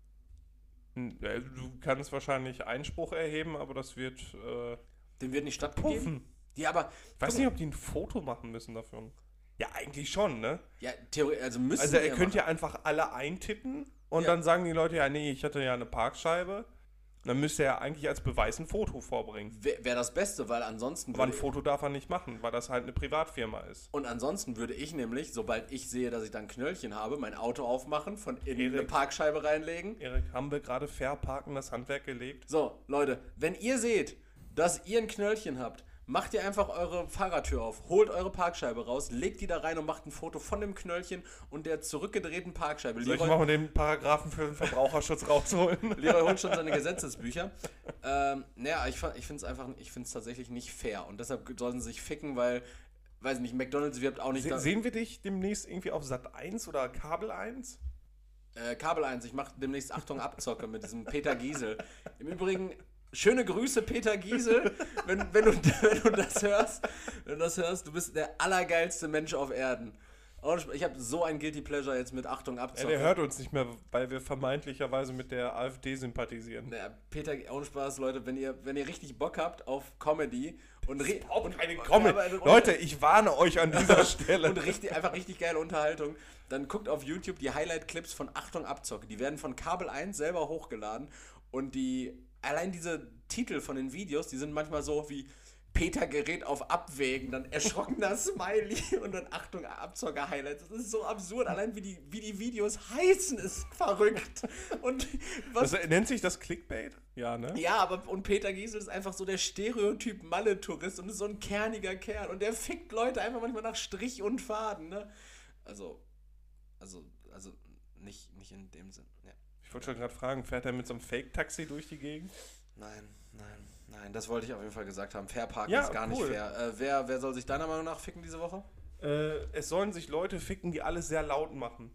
Hm, ja, Du kannst wahrscheinlich Einspruch erheben, aber das wird äh, Dem wird nicht stattgegeben. puffen. Ja, aber... Ich weiß nicht, ob die ein Foto machen müssen dafür. Ja, eigentlich schon, ne? Ja, theoretisch, also müssen Also ihr wir könnt machen. ja einfach alle eintippen und Ja. dann sagen die Leute, ja nee, ich hatte ja eine Parkscheibe. Dann müsste er eigentlich als Beweis ein Foto vorbringen. Wäre wär das Beste, weil ansonsten Aber ein würde... Foto darf er nicht machen, weil das halt eine Privatfirma ist. Und ansonsten würde ich nämlich, sobald ich sehe, dass ich dann ein Knöllchen habe, mein Auto aufmachen, von innen Erik. eine Parkscheibe reinlegen. Erik, haben wir gerade fair parken das Handwerk gelegt? So, Leute, wenn ihr seht, dass ihr ein Knöllchen habt, macht ihr einfach eure Fahrertür auf, holt eure Parkscheibe raus, legt die da rein und macht ein Foto von dem Knöllchen und der zurückgedrehten Parkscheibe. Soll ich Leroy, mal den Paragraphen für den Verbraucherschutz rausholen? Leroy holt schon seine Gesetzesbücher. Ähm, naja, ich, fa- ich finde es einfach, ich finde es tatsächlich nicht fair und deshalb sollten sie sich ficken, weil, weiß nicht, McDonald's wirbt auch nicht... Se da- sehen wir dich demnächst irgendwie auf Sat eins oder Kabel eins? Äh, Kabel eins, ich mache demnächst Achtung Abzocke mit diesem Peter Giesel. Im Übrigen, schöne Grüße, Peter Giesel, wenn, wenn, du, wenn du das hörst, wenn du das hörst, du bist der allergeilste Mensch auf Erden. Und ich habe so ein Guilty Pleasure jetzt mit Achtung Ja, Abzocke. der hört uns nicht mehr, weil wir vermeintlicherweise mit der AfD sympathisieren. Naja, Peter, ohne Spaß, Leute, wenn ihr, wenn ihr richtig Bock habt auf Comedy und... Re und keine Comedy. Ja, aber- Leute, ich warne euch an dieser Stelle. Und richtig, einfach richtig geile Unterhaltung. Dann guckt auf YouTube die Highlight-Clips von Achtung Abzocke. Die werden von Kabel eins selber hochgeladen. Und die, allein diese Titel von den Videos, die sind manchmal so wie Peter gerät auf Abwägen, dann erschrockener Smiley und dann Achtung Abzocker-Highlights. Das ist so absurd. Allein wie die, wie die Videos heißen, ist verrückt. Und was... Also, nennt sich das Clickbait? Ja, ne? Ja, aber und Peter Giesel ist einfach so der Stereotyp Malle-Tourist und ist so ein kerniger Kerl. Und der fickt Leute einfach manchmal nach Strich und Faden, ne? Also... Also, also nicht, nicht in dem Sinn. Ja. Ich wollte schon gerade fragen, fährt er mit so einem Fake-Taxi durch die Gegend? Nein, nein, nein, das wollte ich auf jeden Fall gesagt haben. Fair Parken Ja, ist gar cool. nicht fair. Äh, wer, wer soll sich deiner Meinung nach ficken diese Woche? Äh, es sollen sich Leute ficken, die alles sehr laut machen.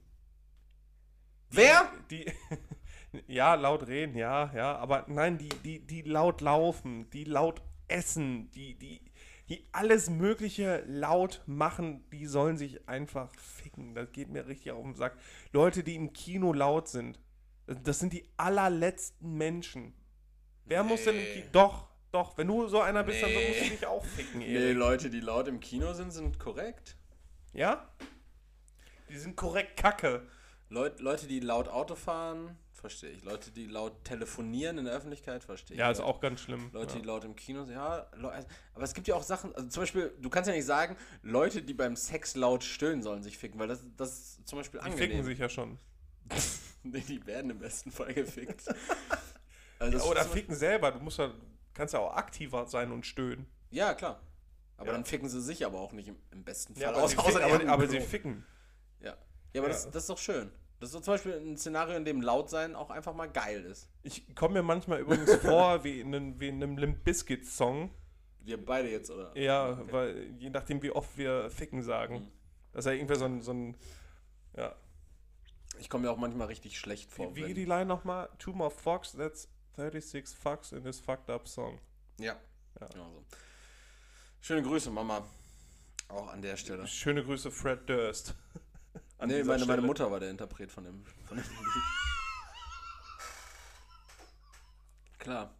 Wer? Die, ja, laut reden, ja, ja, aber nein, die, die, die laut laufen, die laut essen, die, die, die alles Mögliche laut machen, die sollen sich einfach ficken. Das geht mir richtig auf den Sack. Leute, die im Kino laut sind, das sind die allerletzten Menschen. Wer muss denn im Nee. Kino? Doch, doch, wenn du so einer bist, dann Nee. musst du dich auch ficken, Nee, Erik. Leute, die laut im Kino sind, sind korrekt. Ja? Die sind korrekt kacke. Leut, Leute, die laut Auto fahren, verstehe ich. Leute, die laut telefonieren in der Öffentlichkeit, verstehe ich. Ja, ist auch ganz schlimm. Leute, ja. die laut im Kino sind, ja, Leu- also, aber es gibt ja auch Sachen, also zum Beispiel, du kannst ja nicht sagen, Leute, die beim Sex laut stöhnen, sollen sich ficken, weil das, das ist zum Beispiel Die angenehm. ficken sich ja schon. Nee, die werden im besten Fall gefickt. Also das Ja, oder ist zum ficken selber. Du musst ja, kannst ja auch aktiver sein und stöhnen. Beispiel- Ja, klar. Aber Ja. dann ficken sie sich aber auch nicht im, im besten Fall. Ja, aber, Außer- sie, außer ficken, die aber, haben aber ein sie Klo. ficken. Ja, ja aber Ja. Das, das ist doch schön. Das ist so zum Beispiel ein Szenario, in dem laut sein auch einfach mal geil ist. Ich komme mir manchmal übrigens vor wie in, einem- wie in einem Limp Bizkit Song. Wir beide jetzt, oder? Ja, Okay. weil je nachdem, wie oft wir ficken sagen. Mhm. Das ist ja irgendwie so ein, so ein ja. Ich komme mir auch manchmal richtig schlecht vor. Wie, wie wenn- geht die Line nochmal? Two more fucks, that's thirty-six fucks in this fucked up song. Ja. Ja. Genau so. Schöne Grüße, Mama. Auch an der Stelle. Schöne Grüße, Fred Durst. An Nee, dieser meine, meine Stelle. Mutter war der Interpret von dem, von dem Lied. Klar.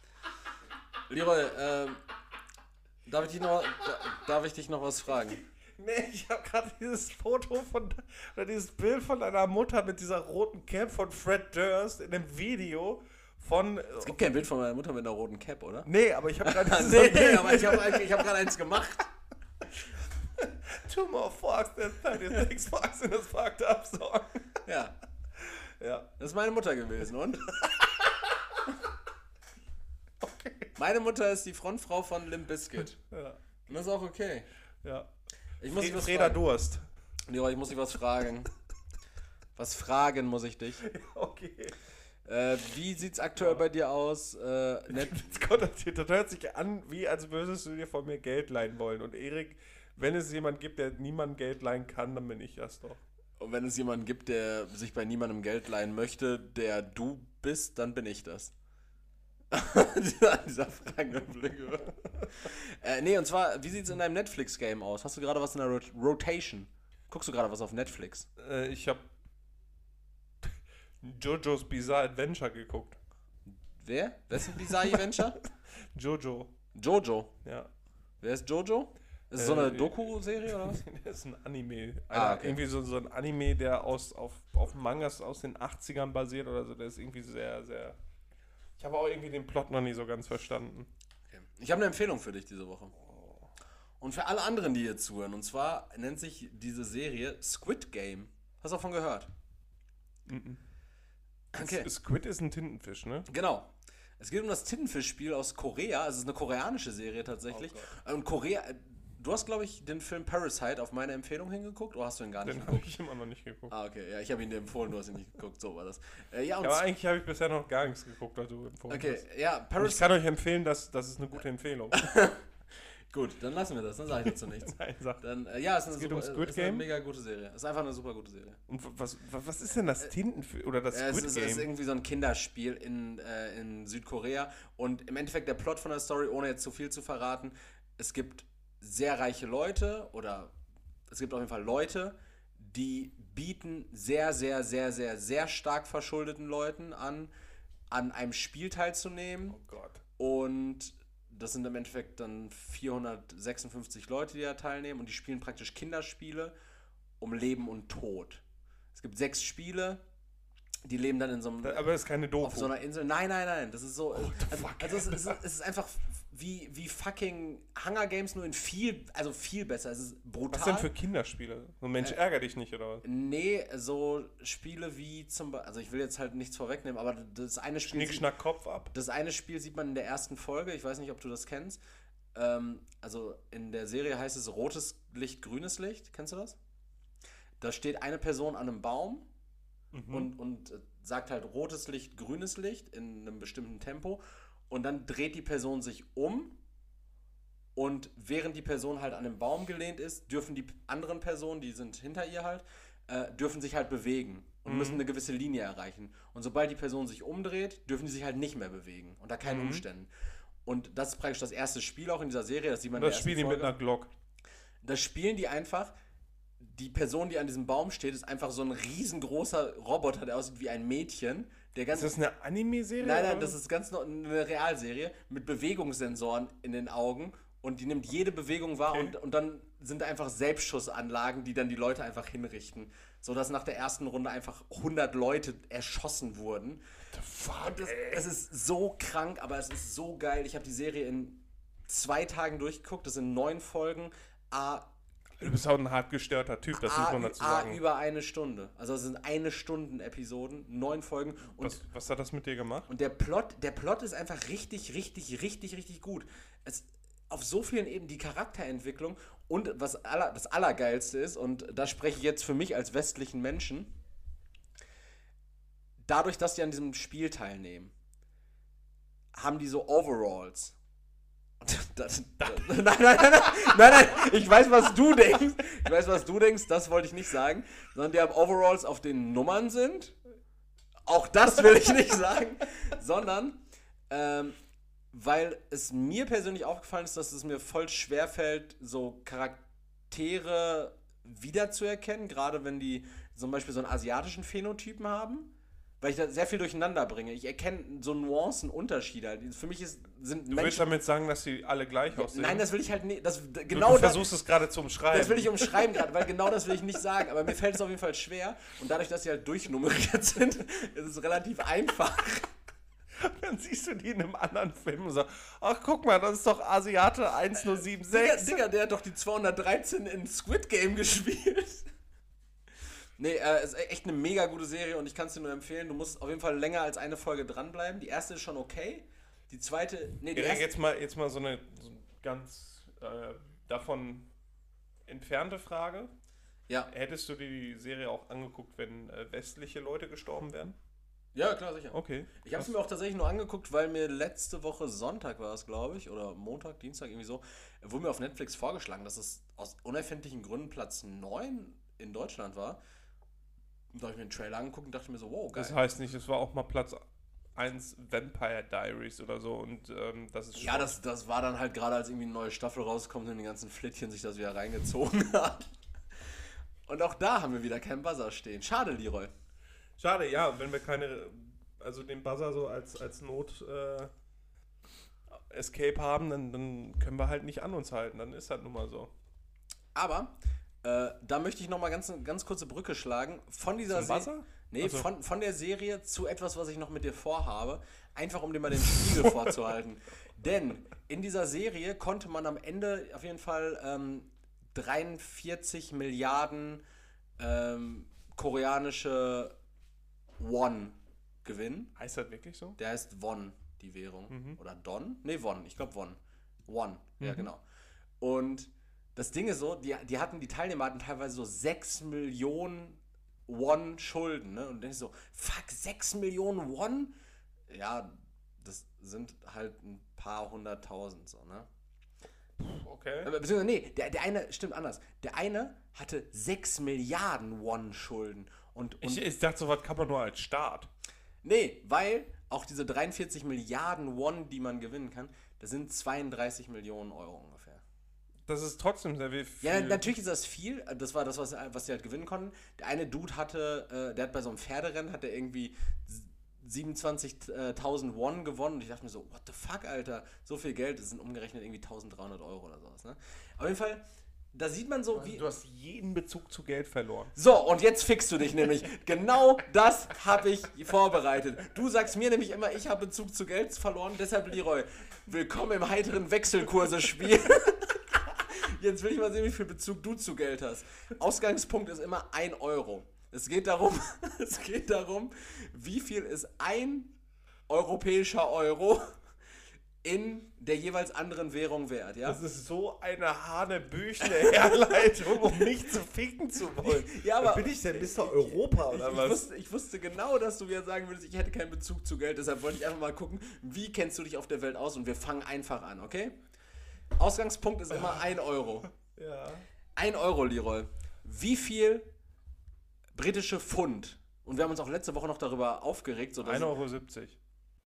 Leroy, ähm, darf ich dich noch, da, darf ich dich noch was fragen? Nee, ich habe gerade dieses Foto von, oder dieses Bild von deiner Mutter mit dieser roten Cap von Fred Durst in einem Video von... Es gibt kein Bild von meiner Mutter mit einer roten Cap, oder? Nee, aber ich habe gerade dieses nee, Bild. aber ich habe ich hab gerade eins gemacht. Two more forks than thirty-six forks in this fucked up song. Ja. Ja. Das ist meine Mutter gewesen, und? Okay. Meine Mutter ist die Frontfrau von Limp Bizkit. Ja. Und das ist auch okay. Ja. Ich muss dich was Freda fragen. Durst. Leroy, ich muss dich was fragen. Was fragen muss ich dich. Okay. Äh, wie sieht's aktuell bei dir aus? Äh, Net Gott, das hört sich an, wie als würdest du dir von mir Geld leihen wollen. Und Erik, wenn es jemand gibt, der niemand Geld leihen kann, dann bin ich das doch. Und wenn es jemanden gibt, der sich bei niemandem Geld leihen möchte, der du bist, dann bin ich das. dieser dieser fragende Blick. äh, nee, und zwar, wie sieht's in deinem Netflix-Game aus? Hast du gerade was in der Rot- Rotation? Guckst du gerade was auf Netflix? Äh, ich habe Jojo's Bizarre Adventure geguckt. Wer? Wer ist ein Bizarre Adventure? Jojo. Jojo. Ja. Wer ist Jojo? Ist es Äh, so eine Doku-Serie oder was? Das ist ein Anime. Ah, Einer- okay. Irgendwie so, so ein Anime, der aus, auf, auf Mangas aus den achtzigern basiert oder so. Der ist irgendwie sehr, sehr... Ich habe auch irgendwie den Plot noch nie so ganz verstanden. Okay. Ich habe eine Empfehlung für dich diese Woche. Und für alle anderen, die hier zuhören. Und zwar nennt sich diese Serie Squid Game. Hast du davon gehört? Mhm. Okay. S- Squid ist ein Tintenfisch, ne? Genau. Es geht um das Tintenfischspiel aus Korea. Also es ist eine koreanische Serie tatsächlich. Oh Und Korea... Du hast, glaube ich, den Film Parasite auf meine Empfehlung hingeguckt, oder hast du ihn gar nicht Den habe geguckt? ich immer noch nicht geguckt. Ah, okay. Ja, ich habe ihn dir empfohlen, du hast ihn nicht geguckt. So war das. Äh, ja, und Ja, aber eigentlich habe ich bisher noch gar nichts geguckt, was du empfohlen okay, hast. ja, Und ich Parasite... kann euch empfehlen, dass das ist eine gute Empfehlung. Gut, dann lassen wir das. Dann sage ich dazu nichts. Nein, sag. Dann, äh, ja, es ist, eine, geht super, um Squid ist eine Game? mega gute Serie. Es ist einfach eine super gute Serie. Und was, was, was ist denn das Tintenfisch oder das Ja, es, Squid ist, es ist Game? irgendwie so ein Kinderspiel in, äh, in Südkorea. Und im Endeffekt der Plot von der Story, ohne jetzt zu viel zu verraten, es gibt sehr reiche Leute oder es gibt auf jeden Fall Leute, die bieten sehr, sehr, sehr, sehr, sehr stark verschuldeten Leuten an, an einem Spiel teilzunehmen. Oh Gott. Und das sind im Endeffekt dann vierhundertsechsundfünfzig Leute, die da teilnehmen. Und die spielen praktisch Kinderspiele um Leben und Tod. Es gibt sechs Spiele, die leben dann in so einem... Aber das ist keine Doku. auf so einer Insel. Nein, nein, nein. Das ist so... Also, fuck? also es, ist, es ist einfach wie, wie fucking Hunger Games, nur in viel... Also viel besser. Es ist brutal. Was denn für Kinderspiele? So Mensch, ärger dich nicht, oder was? Nee, so Spiele wie zum Beispiel... Also ich will jetzt halt nichts vorwegnehmen, aber das eine Spiel... Schnick, schnack, Kopf ab. Das eine Spiel sieht man in der ersten Folge. Ich weiß nicht, ob du das kennst. Ähm, also in der Serie heißt es rotes Licht, grünes Licht. Kennst du das? Da steht eine Person an einem Baum Mhm. und, und äh, sagt halt rotes Licht, grünes Licht in einem bestimmten Tempo. Und dann dreht die Person sich um. Und während die Person halt an dem Baum gelehnt ist, dürfen die anderen Personen, die sind hinter ihr halt, äh, dürfen sich halt bewegen und Mhm. müssen eine gewisse Linie erreichen. Und sobald die Person sich umdreht, dürfen die sich halt nicht mehr bewegen. Unter keinen Mhm. Umständen. Und das ist praktisch das erste Spiel auch in dieser Serie. Das sieht man Das in der ersten spielen die mit Folge. einer Glock. Das spielen die einfach. Die Person, die an diesem Baum steht, ist einfach so ein riesengroßer Roboter, der aussieht wie ein Mädchen. Der ganz Ist das eine Anime-Serie? Nein, nein, oder das was? ist ganz no- eine Realserie mit Bewegungssensoren in den Augen und die nimmt jede Bewegung wahr Okay. und, und dann sind da einfach Selbstschussanlagen, die dann die Leute einfach hinrichten, sodass nach der ersten Runde einfach hundert Leute erschossen wurden. The fuck, Und das, ey. es ist so krank, aber es ist so geil. Ich habe die Serie in zwei Tagen durchgeguckt, das sind neun Folgen, a Du bist auch ein hart gestörter Typ, das muss A, man dazu A sagen. über eine Stunde. Also es sind eine Stunden Episoden, neun Folgen. Und, Was, was hat das mit dir gemacht? und der Plot, der Plot ist einfach richtig, richtig, richtig, richtig gut. Es, auf so vielen Ebenen die Charakterentwicklung und was aller, das Allergeilste ist, und da spreche ich jetzt für mich als westlichen Menschen, dadurch, dass die an diesem Spiel teilnehmen, haben die so Overalls. Das, das, nein, nein, nein, nein, nein, nein, ich weiß, was du denkst. Ich weiß, was du denkst, das wollte ich nicht sagen. Sondern die haben Overalls, auf denen Nummern sind. Auch das will ich nicht sagen. Sondern, ähm, weil es mir persönlich aufgefallen ist, dass es mir voll schwer fällt, so Charaktere wiederzuerkennen. Gerade wenn die zum Beispiel so einen asiatischen Phänotypen haben. weil ich da sehr viel durcheinander bringe. Ich erkenne so Nuancen-Unterschiede. Halt. Für mich ist, sind Du Menschen... willst damit sagen, dass sie alle gleich Ja, aussehen? nein, das will ich halt nicht. Das, du, genau du versuchst es gerade zu umschreiben. Das will ich umschreiben gerade, weil genau das will ich nicht sagen. Aber mir fällt es auf jeden Fall schwer. Und dadurch, dass sie halt durchnummeriert sind, ist es relativ einfach. Dann siehst du die in einem anderen Film und sagst, ach guck mal, das ist doch Asiate eins null sieben sechs. Digga, Digga, der hat doch die zweihundertdreizehn in Squid Game gespielt. Nee, äh, ist echt eine mega gute Serie und ich kann es dir nur empfehlen. Du musst auf jeden Fall länger als eine Folge dranbleiben. Die erste ist schon okay. Die zweite, nee, die erste... Jetzt mal, jetzt mal so eine so ganz äh, davon entfernte Frage. Ja. Hättest du dir die Serie auch angeguckt, wenn äh, westliche Leute gestorben wären? Ja, klar, sicher. Okay. Ich habe es mir auch tatsächlich nur angeguckt, weil mir letzte Woche Sonntag war es, glaube ich, oder Montag, Dienstag, irgendwie so, wurde mir auf Netflix vorgeschlagen, dass es aus unerfindlichen Gründen Platz neun in Deutschland war. Und da habe ich mir den Trailer angeguckt und dachte mir so, wow, geil. Das heißt nicht, es war auch mal Platz eins Vampire Diaries oder so und ähm, das ist schon... Ja, das, das war dann halt gerade, als irgendwie eine neue Staffel rauskommt und die ganzen Flittchen sich das wieder reingezogen hat. Und auch da haben wir wieder keinen Buzzer stehen. Schade, Leroy. Schade, ja, wenn wir keine, also den Buzzer so als, als Not-Escape äh, haben, dann, dann können wir halt nicht an uns halten, dann ist halt nun mal so. Aber, äh, da möchte ich nochmal ganz, ganz kurze Brücke schlagen. Von dieser Zum Buzzer? Nee, Also. von, von der Serie zu etwas, was ich noch mit dir vorhabe. Einfach, um dir mal den Spiegel vorzuhalten. Denn in dieser Serie konnte man am Ende auf jeden Fall ähm, dreiundvierzig Milliarden ähm, koreanische Won gewinnen. Heißt das wirklich so? Der heißt Won, die Währung. Mhm. Oder Don? Nee, Won. Ich glaube Won. Won, ja Mhm. genau. Und das Ding ist so, die, die hatten, die Teilnehmer hatten teilweise so sechs Millionen Won Schulden, ne? Und dann denkst du so, fuck, sechs Millionen Won? Ja, das sind halt ein paar hunderttausend, so, ne? Okay. Aber, beziehungsweise, nee, der, der eine, stimmt anders. Der eine hatte sechs Milliarden Won Schulden. Und, und Ich, ich dachte, sowas kann man nur als Start. nee, weil auch diese dreiundvierzig Milliarden Won, die man gewinnen kann, das sind zweiunddreißig Millionen Euro ungefähr. Das ist trotzdem sehr viel. Ja, natürlich ist das viel. Das war das, was, was sie halt gewinnen konnten. Der eine Dude hatte, äh, der hat bei so einem Pferderennen, hat er irgendwie siebenundzwanzigtausend Won gewonnen. Und ich dachte mir so, what the fuck, Alter? So viel Geld, das sind umgerechnet irgendwie eintausenddreihundert Euro oder sowas, ne? Auf jeden Fall, da sieht man so, Also, wie... du hast jeden Bezug zu Geld verloren. So, und jetzt fixst du dich nämlich. Genau das habe ich vorbereitet. Du sagst mir nämlich immer, ich habe Bezug zu Geld verloren. Deshalb, Leroy, willkommen im heiteren Wechselkurse-Spiel. Jetzt will ich mal sehen, wie viel Bezug du zu Geld hast. Ausgangspunkt ist immer ein Euro. Es geht darum, es geht darum, wie viel ist ein europäischer Euro in der jeweils anderen Währung wert, ja? Das ist so eine hanebüchene Herleitung, um mich zu ficken zu wollen. Ja, aber bin ich denn Mister Europa oder ich, was? Ich wusste, ich wusste genau, dass du wieder sagen würdest, ich hätte keinen Bezug zu Geld, deshalb wollte ich einfach mal gucken, wie kennst du dich auf der Welt aus und wir fangen einfach an, okay? Ausgangspunkt ist immer ein Euro. Ja. Ein Euro, Leroy. Wie viel britische Pfund? Und wir haben uns auch letzte Woche noch darüber aufgeregt. So dass ein Euro siebzig.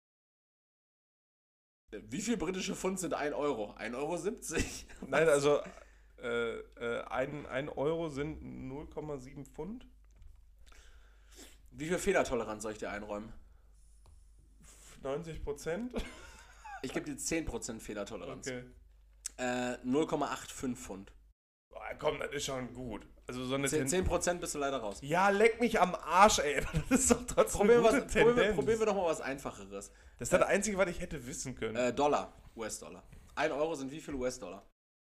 Wie viel britische Pfund sind ein Euro? ein Euro siebzig. Nein, also äh, äh, ein, ein Euro sind null Komma sieben Pfund. Wie viel Fehlertoleranz soll ich dir einräumen? neunzig Prozent. Ich gebe dir zehn Prozent Fehlertoleranz. Okay. Äh, null Komma fünfundachtzig Pfund. Boah, komm, das ist schon gut. Also so eine zehn Prozent bist du leider raus. Ja, leck mich am Arsch, ey. Das ist doch trotzdem Probieren wir, eine was, gute probieren, wir, Tendenz. probieren wir doch mal was Einfacheres. Das ist das Einzige, was ich hätte wissen können. Äh, Dollar. U S-Dollar. ein Euro sind wie viel U S-Dollar?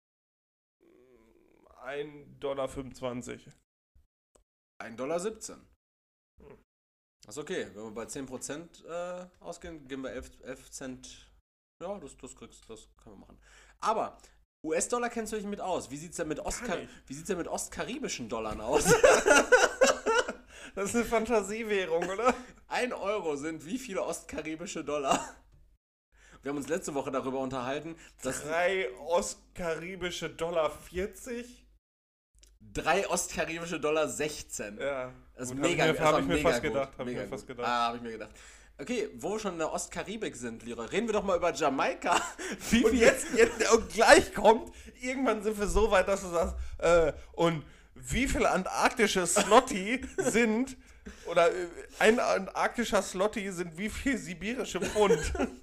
ein Dollar fünfundzwanzig. ein Dollar siebzehn. Das ist okay. Wenn wir bei zehn Prozent äh, ausgehen, geben wir elf Cent. Ja, das, das kriegst das können wir machen. Aber U S-Dollar kennst du dich mit aus. Wie sieht es denn mit, Ostkar- wie sieht's denn mit ostkaribischen Dollar aus? Das ist eine Fantasiewährung, oder? ein Euro sind wie viele ostkaribische Dollar? Wir haben uns letzte Woche darüber unterhalten, dass Drei ostkaribische Dollar vierzig? drei ostkaribische Dollar sechzehn. Ja. Das ist Gut, mega, Hab ich mir, das hab war ich mir mega fast gut. gedacht. Hab ich Mega mir fast gut. gedacht. Ah, hab ich mir gedacht. Okay, wo wir schon in der Ostkaribik sind, Leroy, reden wir doch mal über Jamaika. Wie Und viel- jetzt, jetzt und gleich kommt, irgendwann sind wir so weit, dass du sagst, äh, und wie viel antarktische Slotty sind Oder äh, ein arktischer Slotty sind wie viel sibirische Pfund?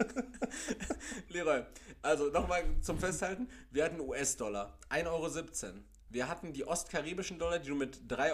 Leroy, also nochmal zum Festhalten, wir hatten U S-Dollar, ein Euro siebzehn. Wir hatten die ostkaribischen Dollar, die du mit drei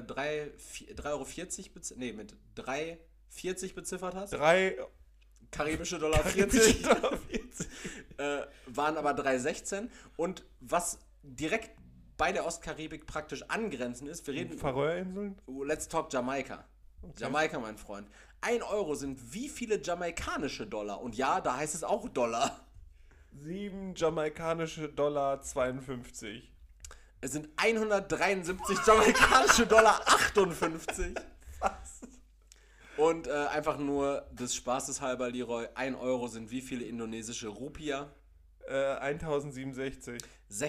Euro vierzig bez- nee, mit drei Euro vierzig beziffert hast. Drei Karibische Dollar karibische vierzig. Dollar vierzig. äh, waren aber drei Euro sechzehn. Und was direkt bei der Ostkaribik praktisch angrenzend ist, wir reden... Färöerinseln? Let's talk Jamaika. Okay. Jamaika, mein Freund. Ein Euro sind wie viele jamaikanische Dollar? Und ja, da heißt es auch Dollar. Sieben jamaikanische Dollar zweiundfünfzig. Es sind hundertdreiundsiebzig jamaikanische Dollar achtundfünfzig. Was? Und äh, einfach nur des Spaßes halber, Leroy, ein Euro sind wie viele indonesische Rupia? Äh, eintausendsiebenundsechzig.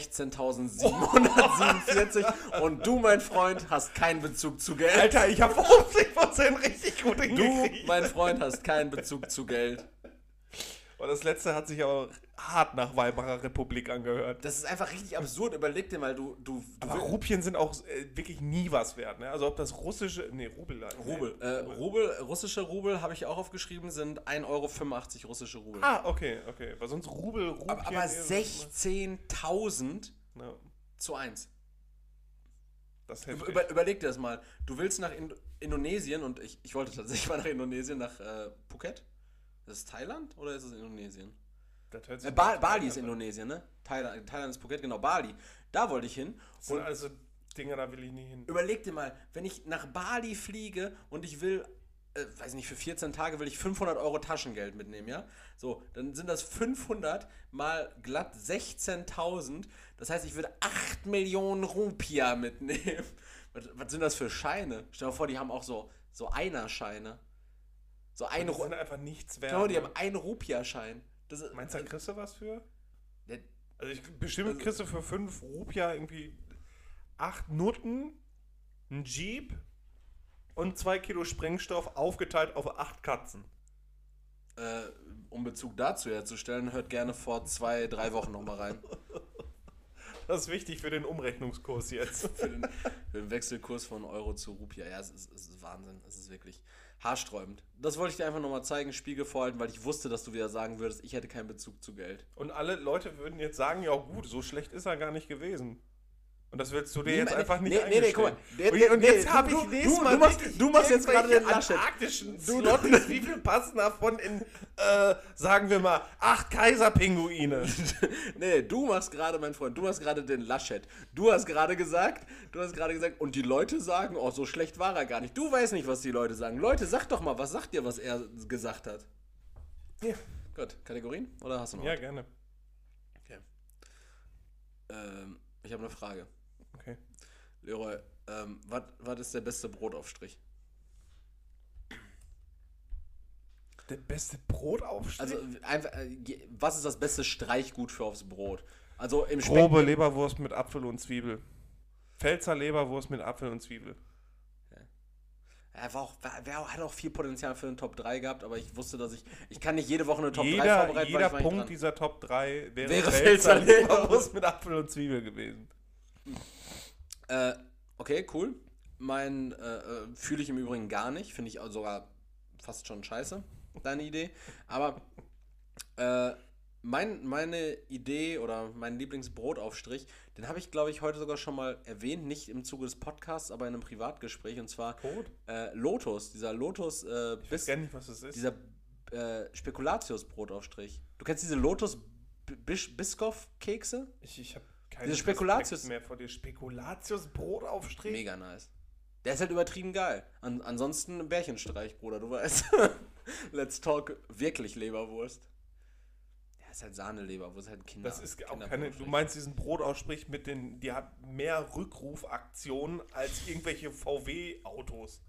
sechzehntausendsiebenhundertsiebenundvierzig. Und du, mein Freund, hast keinen Bezug zu Geld. Alter, ich habe fünfzig Prozent richtig gut Du, hingekriegt. mein Freund, hast keinen Bezug zu Geld. Und das letzte hat sich aber hart nach Weimarer Republik angehört. Das ist einfach richtig absurd. Überleg dir mal, du... du, du Aber Rupien sind auch äh, wirklich nie was wert, ne? Also ob das russische... Nee, Rubel. Nee, Rubel. Äh, Rubel, russische Rubel, habe ich auch aufgeschrieben, sind ein Euro fünfundachtzig russische Rubel. Ah, okay, okay. Weil sonst Rubel, Rupien... aber aber sechzehntausend Ja, zu eins. das hätte Über, überleg dir das mal. Du willst nach Indo- Indonesien und ich, ich wollte tatsächlich mal nach Indonesien, nach äh, Phuket. Das ist Thailand oder ist es Indonesien? Äh, ba- Bali ist Indonesien, ne? Thailand, Thailand ist Phuket, genau, Bali. Da wollte ich hin. Das sind also Dinge, da will ich nie hin. Überleg dir mal, wenn ich nach Bali fliege und ich will, äh, weiß nicht, für vierzehn Tage will ich fünfhundert Euro Taschengeld mitnehmen, ja? So, dann sind das fünfhundert mal glatt sechzehntausend. Das heißt, ich würde acht Millionen Rupia mitnehmen. Was, was sind das für Scheine? Stell dir vor, die haben auch so, so Einer-Scheine. So ein Die sind Ru- einfach nichts wert. Stell dir vor, die ne? haben einen Rupia-Schein. Das ist- Meinst du, da kriegst du was für? Der- Also ich, bestimmt kriegst du für fünf Rupia irgendwie acht Nutten, ein Jeep und zwei Kilo Sprengstoff aufgeteilt auf acht Katzen. Äh, um Bezug dazu herzustellen, hört gerne vor zwei, drei Wochen nochmal rein. Das ist wichtig für den Umrechnungskurs jetzt. für, den, für den Wechselkurs von Euro zu Rupia. Ja, es ist, es ist Wahnsinn. Es ist wirklich haarsträubend. Das wollte ich dir einfach nochmal zeigen, Spiegel vorhalten, weil ich wusste, dass du wieder sagen würdest, ich hätte keinen Bezug zu Geld. Und alle Leute würden jetzt sagen, ja gut, so schlecht ist er gar nicht gewesen. Und das willst du dir Nee, jetzt nee, einfach nicht nee, nee, nee, guck mal. eingestehen. Der- Und, und nee, jetzt du- habe ich du- nächstes du- Mal du machst- wirklich du machst jetzt gerade irgendwelche den Laschet. antarktischen Du- Slotties. Wie viel passen davon in, äh, sagen wir mal, acht Kaiserpinguine? Nee, du machst gerade, mein Freund, du machst gerade den Laschet. Du hast gerade gesagt, du hast gerade gesagt, und die Leute sagen, oh, so schlecht war er gar nicht. Du weißt nicht, was die Leute sagen. Leute, sag doch mal, was sagt ihr, was er gesagt hat? Ja. Gut, Kategorien? Oder hast du noch? Ja, gerne. Okay. Ähm, ich habe eine Frage. Okay. Leroy, ähm, was ist der beste Brotaufstrich? Der beste Brotaufstrich? Also, einfach, äh, je- was ist das beste Streichgut für aufs Brot? Also im Speck. grobe Leberwurst mit Apfel und Zwiebel. Pfälzer Leberwurst mit Apfel und Zwiebel. Er war auch, war, war, hat auch viel Potenzial für einen Top drei gehabt, aber ich wusste, dass ich. Ich kann nicht jede Woche eine Top drei Jeder, vorbereiten, jeder weil ich war nicht Punkt dran. dieser Top drei wäre, Wäre Pfälzer Pfälzer Leberwurst. Leberwurst mit Apfel und Zwiebel gewesen. Äh, okay, cool. Mein äh, äh, fühle ich im Übrigen gar nicht. Finde ich auch sogar fast schon scheiße, deine Idee. Aber äh, mein, meine Idee oder mein Lieblingsbrotaufstrich, den habe ich, glaube ich, heute sogar schon mal erwähnt. Nicht im Zuge des Podcasts, aber in einem Privatgespräch. Und zwar Tot? äh, Lotus. Dieser Lotus äh, Ich weiß bis, gar nicht, was das ist. dieser äh, Spekulatius-Brotaufstrich. Du kennst diese Lotus Bis Biscoff-Kekse? Ich, ich habe keine Diese Spekulatius- Respekt mehr vor dir. Spekulatius Brotaufstrich? Mega nice. Der ist halt übertrieben geil. An, ansonsten ein Bärchenstreich, Bruder, du weißt. Let's talk wirklich Leberwurst. Ja, ist halt Sahne-Leberwurst, halt ein Kinder. Das ist auch keine. Kinderbrotaufstrich. Du meinst diesen Brotaufstrich mit den. Die hat mehr Rückrufaktionen als irgendwelche V W-Autos.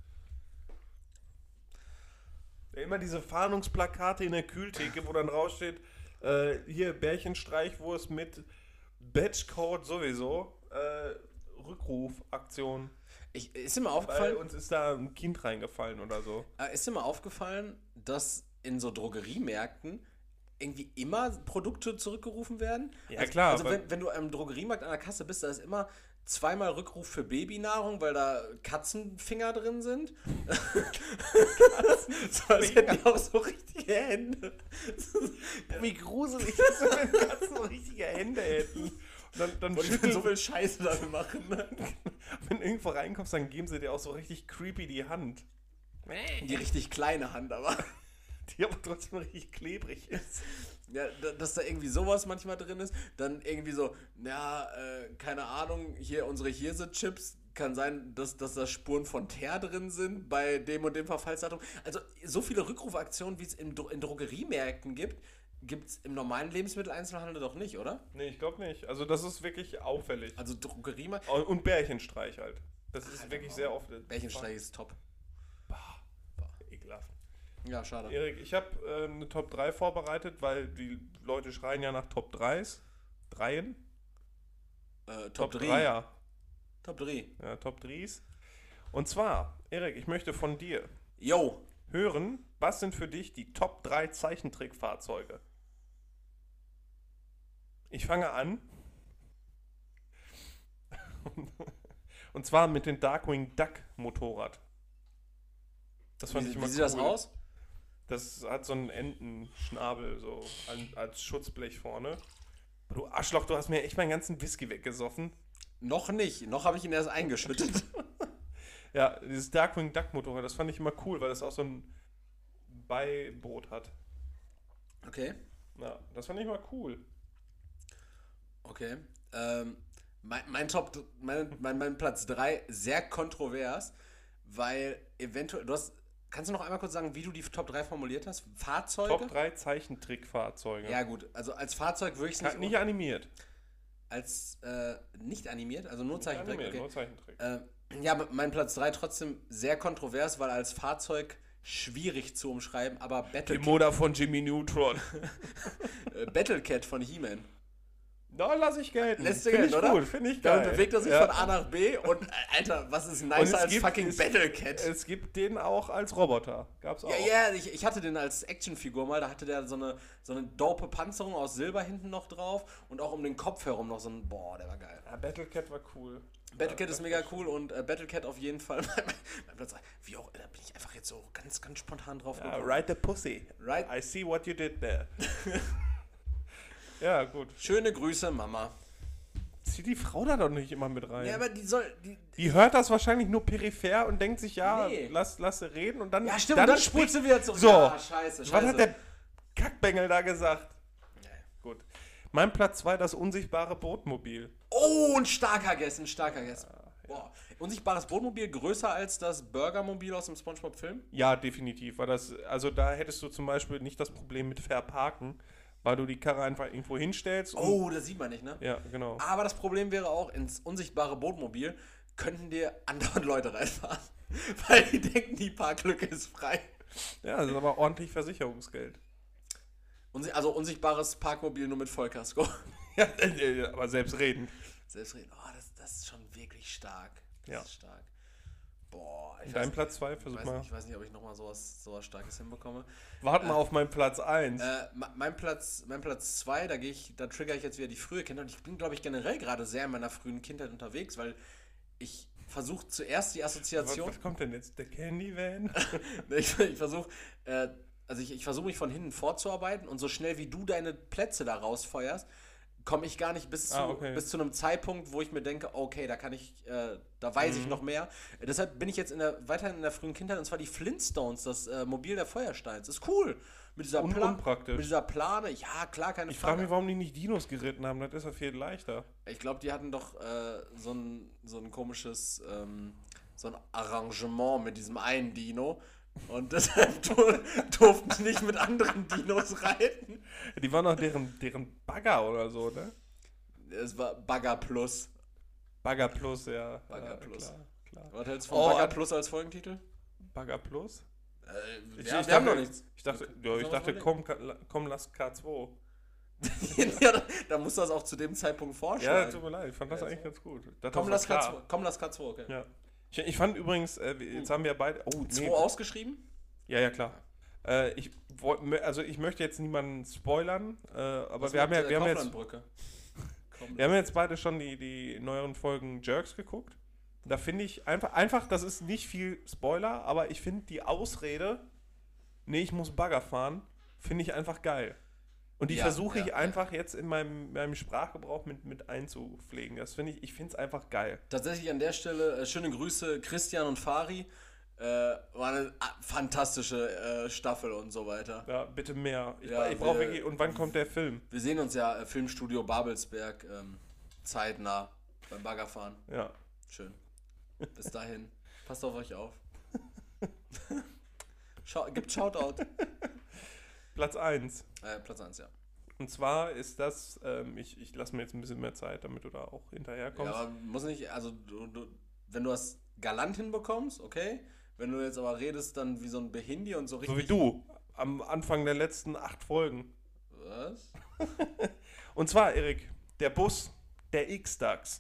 Immer diese Fahndungsplakate in der Kühltheke, wo dann draufsteht, äh, hier Bärchenstreichwurst mit Batchcode sowieso, äh, Rückrufaktion. Ich, ist dir mal Weil aufgefallen, uns ist da ein Kind reingefallen oder so. äh, ist dir mal aufgefallen, dass in so Drogeriemärkten irgendwie immer Produkte zurückgerufen werden? Ja, also, klar, Also aber- wenn, wenn du am Drogeriemarkt an der Kasse bist, da ist immer zweimal Rückruf für Babynahrung, weil da Katzenfinger drin sind. so, als hätten die auch so richtige Hände. Wie gruselig ist es, wenn Katzen so richtige Hände hätten. Und dann, dann Und die schütteln so viel Scheiße damit machen. Ne? Wenn du irgendwo reinkommst, dann geben sie dir auch so richtig creepy die Hand. Die richtig kleine Hand, aber. Die aber trotzdem richtig klebrig ist. Ja, da- dass da irgendwie sowas manchmal drin ist. Dann irgendwie so, ja, äh, keine Ahnung, hier unsere Hirse-Chips. Kann sein, dass, dass da Spuren von Teer drin sind bei dem und dem Verfallsdatum. Also so viele Rückrufaktionen, wie es in, Dro- in Drogeriemärkten gibt, gibt es im normalen Lebensmitteleinzelhandel doch nicht, oder? Nee, ich glaube nicht. Also das ist wirklich auffällig. Also Drogeriemarkt. Und und Bärchenstreich halt. Das ist wirklich sehr oft. Bärchenstreich ist top. Ekelhaft. Ja, schade. Erik, ich habe äh, eine Top drei vorbereitet, weil die Leute schreien ja nach Top dreis. Dreien? Äh, Top drei. Dreier. Top drei. Ja, Top Dries. Und zwar, Erik, ich möchte von dir Yo. hören, was sind für dich die Top drei Zeichentrickfahrzeuge? Ich fange an. Und zwar mit dem Darkwing Duck Motorrad. Das fand Wie, ich wie immer sieht cool. das aus? Das hat so einen Entenschnabel so an, als Schutzblech vorne. Du Arschloch, du hast mir echt meinen ganzen Whisky weggesoffen. Noch nicht. Noch habe ich ihn erst eingeschüttet. Ja, dieses Darkwing Duck Motorrad, das fand ich immer cool, weil das auch so ein Beiboot hat. Okay. Ja, das fand ich immer cool. Okay. Ähm, mein, mein Top, mein, mein, mein Platz drei, sehr kontrovers, weil eventuell, du hast, kannst du noch einmal kurz sagen, wie du die Top drei formuliert hast? Fahrzeuge? Top drei Zeichentrickfahrzeuge. Ja gut, also als Fahrzeug würde ich es nicht, nicht, nicht animiert. als äh, nicht animiert, also nur Nicht Zeichentrick. animiert, Okay. nur Zeichentrick. Äh, ja, aber mein Platz drei trotzdem sehr kontrovers, weil als Fahrzeug schwierig zu umschreiben, aber Die Battle, Mutter von Jimmy Neutron. äh, Battlecat von He-Man. Da lass ich gelten. Lässt du Finde gelten, ich oder? gut, finde ich geil. Damit bewegt er sich Ja. von A nach B und, äh, Alter, was ist Und nicer es als gibt- fucking es- Battlecat? Es gibt den auch als Roboter. Gab's auch. Ja, ja, ich, ich hatte den als Actionfigur mal, da hatte der so eine, so eine dope Panzerung aus Silber hinten noch drauf und auch um den Kopf herum noch so ein, boah, der war geil. Ja, Battlecat war cool. Battlecat Ja, ist mega cool und äh, Battlecat auf jeden Fall mein, mein Platz drei. Wie auch, da bin ich einfach jetzt so ganz, ganz spontan drauf Ja, gekommen. right the pussy. Right. I see what you did there. Ja, gut. Schöne Grüße, Mama. Zieh die Frau da doch nicht immer mit rein. Ja, aber die soll, die, Die hört das wahrscheinlich nur peripher und denkt sich, ja, Nee. lass, lass sie reden und dann. ja stimmt, dann, dann spricht- spulst du wieder zurück. So. Ja, scheiße, scheiße. Was hat der Kackbengel da gesagt? Gut. Mein Platz zwei, das unsichtbare Bootmobil. Oh, ein starker Guess, ein starker Guess. Boah. Unsichtbares Bootmobil größer als das Burgermobil aus dem SpongeBob-Film? Ja, definitiv. Weil das, also da hättest du zum Beispiel nicht das Problem mit Verparken, weil du die Karre einfach irgendwo hinstellst. Und, Oh, das sieht man nicht, ne? Ja, genau. Aber das Problem wäre auch, ins unsichtbare Bootmobil könnten dir andauernd Leute reinfahren. Weil die denken, die Parklücke ist frei. Ja, das ist aber ordentlich Versicherungsgeld. Unsi also unsichtbares Parkmobil nur mit Vollkasko. Ja, äh, aber selbstredend. Selbstredend. Oh, das, das ist schon wirklich stark. Das Ja. ist stark. Boah, ich Dein weiß, Platz zwei, ich versuch weiß, mal. ich weiß nicht, ob ich nochmal sowas, sowas Starkes hinbekomme. Warte mal auf meinen Platz eins. Äh, ma- mein Platz, mein Platz zwei, da gehe ich, da trigger ich jetzt wieder die frühe Kindheit. Und ich bin, glaube ich, generell gerade sehr in meiner frühen Kindheit unterwegs, weil ich versuche zuerst die was, Assoziation. was kommt denn jetzt? Der Candyvan? ich ich versuche, äh, also ich, ich versuche mich von hinten vorzuarbeiten und so schnell wie du deine Plätze da rausfeuerst, komme ich gar nicht bis zu, Ah, okay. bis zu einem Zeitpunkt, wo ich mir denke, okay, da kann ich, äh, da weiß Mhm. ich noch mehr. Äh, deshalb bin ich jetzt in der, weiterhin in der frühen Kindheit, und zwar die Flintstones, das äh, Mobil der Feuersteins. Ist cool. Mit dieser, Un Pla unpraktisch. mit dieser Plane, ja klar, keine Ich frage Frage. mich, warum die nicht Dinos geritten haben. Das ist ja viel leichter. Ich glaube, die hatten doch äh, so, ein, so ein komisches ähm, so ein Arrangement mit diesem einen Dino. Und deshalb dur durften die nicht mit anderen Dinos reiten. Die waren doch deren, deren Bagger oder so, ne? Es war Bagger Plus. Bagger Plus, ja. Bagger ja, Plus. Klar, klar. Was hältst du von Oh, Bagger an- Plus als Folgentitel? Bagger Plus? Äh, Ich, ja, ich wir haben dachte, noch nichts. Ich dachte, Können ja, wir ich was dachte überlegen? komm, ka- komm, lass K zwei. ja, da, da musst du das auch zu dem Zeitpunkt Ja, vorschlagen. tut mir leid, ich fand das Ja, eigentlich so. ganz gut. Das Komm, war lass K klar. zwei. Komm, lass K zwei, okay. Ja. Ich, ich fand übrigens, äh, jetzt haben wir beide. Oh, Zwei nee. ausgeschrieben? Ja, ja, klar. Äh, ich, woll- mö- also ich möchte jetzt niemanden spoilern, äh, aber Was wir haben, mit, ja, äh, wir, haben jetzt, Kauflandbrücke? Komm. wir haben jetzt beide schon die, die neueren Folgen Jerks geguckt. Da finde ich einfach, einfach, das ist nicht viel Spoiler, aber ich finde die Ausrede, nee, ich muss Bagger fahren, finde ich einfach geil. Und die Ja, versuche ich ja, einfach jetzt in meinem, meinem Sprachgebrauch mit, mit einzupflegen. Das finde ich, ich finde es einfach geil. Tatsächlich an der Stelle äh, schöne Grüße Christian und Fari. Äh, war eine ah, fantastische äh, Staffel und so weiter. Ja, bitte mehr. Ich, Ja, ich brauche wir- wirklich. Und wann kommt der Film? Wir sehen uns ja äh, Filmstudio Babelsberg ähm, zeitnah beim Baggerfahren. Ja. Schön. Bis dahin. Passt auf euch auf. Schau, gibt Shoutout. Platz eins. Äh, Platz eins, ja. Und zwar ist das, ähm, ich, ich lasse mir jetzt ein bisschen mehr Zeit, damit du da auch Ja, hinterherkommst. aber muss nicht, also du, du, wenn du das galant hinbekommst, okay. Wenn du jetzt aber redest, dann wie so ein Behindi und so richtig. So wie du, am Anfang der letzten acht Folgen. Was? Und zwar, Erik, der Bus, der X-Dax.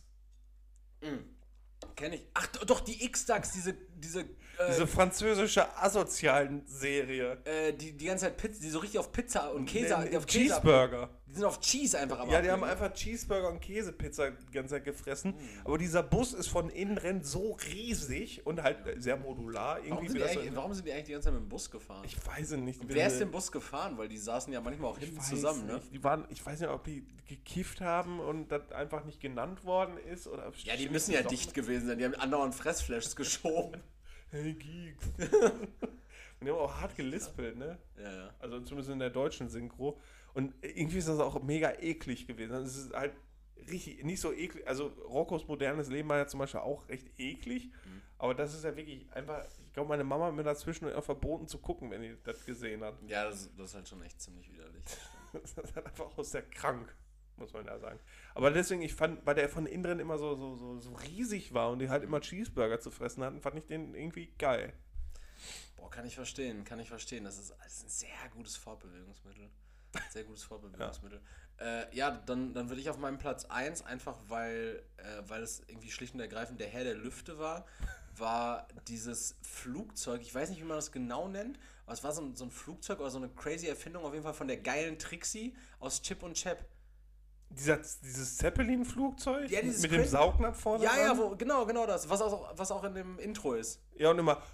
Kenn ich. Ach doch, die X-Dax, diese, diese, äh, Diese französische asozialen Serie. äh, die die ganze Zeit Pizza, die so richtig auf Pizza und Käse, Nee, die auf Käse ab- Cheeseburger. Die sind auf Cheese einfach am Ja, die haben Abhängen. einfach Cheeseburger und Käsepizza die ganze Zeit gefressen. Mm. Aber dieser Bus ist von innen drin so riesig und halt sehr modular. Warum Irgendwie sind, wie die das so eigentlich, warum sind die eigentlich die ganze Zeit mit dem Bus gefahren? Ich weiß es nicht. Wer ist den Bus gefahren? Weil die saßen ja manchmal auch Ich hinten weiß zusammen, ne? nicht. Die waren, ich weiß nicht, ob die gekifft haben und das einfach nicht genannt worden ist. Oder Ja, die müssen ja dicht gewesen sein. Die haben andauernd Fressflashs geschoben. Hey, Geeks. Und die haben auch hart gelispelt, ne? Ja, ja. Also zumindest in der deutschen Synchro. Und irgendwie ist das auch mega eklig gewesen. Es ist halt richtig, nicht so eklig. Also Roccos modernes Leben war ja zum Beispiel auch recht eklig. Mhm. Aber das ist ja wirklich einfach, ich glaube, meine Mama hat mir dazwischen auch verboten zu gucken, wenn die das gesehen hat. Ja, das, das ist halt schon echt ziemlich widerlich. Das ist halt einfach auch sehr krank, muss man ja sagen. Aber deswegen, ich fand, weil der von innen drin immer so, so, so, so riesig war und die halt immer Cheeseburger zu fressen hatten, fand ich den irgendwie geil. Boah, kann ich verstehen, kann ich verstehen. Das ist, das ist ein sehr gutes Fortbewegungsmittel. Sehr gutes Fortbewegungsmittel. Ja, äh, ja dann, dann würde ich auf meinem Platz eins, einfach weil, äh, weil es irgendwie schlicht und ergreifend der Herr der Lüfte war, war dieses Flugzeug, ich weiß nicht, wie man das genau nennt, aber es war so ein, so ein Flugzeug oder so eine crazy Erfindung auf jeden Fall von der geilen Trixie aus Chip und Chap. Dieser, dieses Zeppelin-Flugzeug Ja, dieses mit dem crazy- Saugnapf vorne Ja, dran? ja, wo, genau, genau das, was auch, was auch in dem Intro ist. Ja, und immer.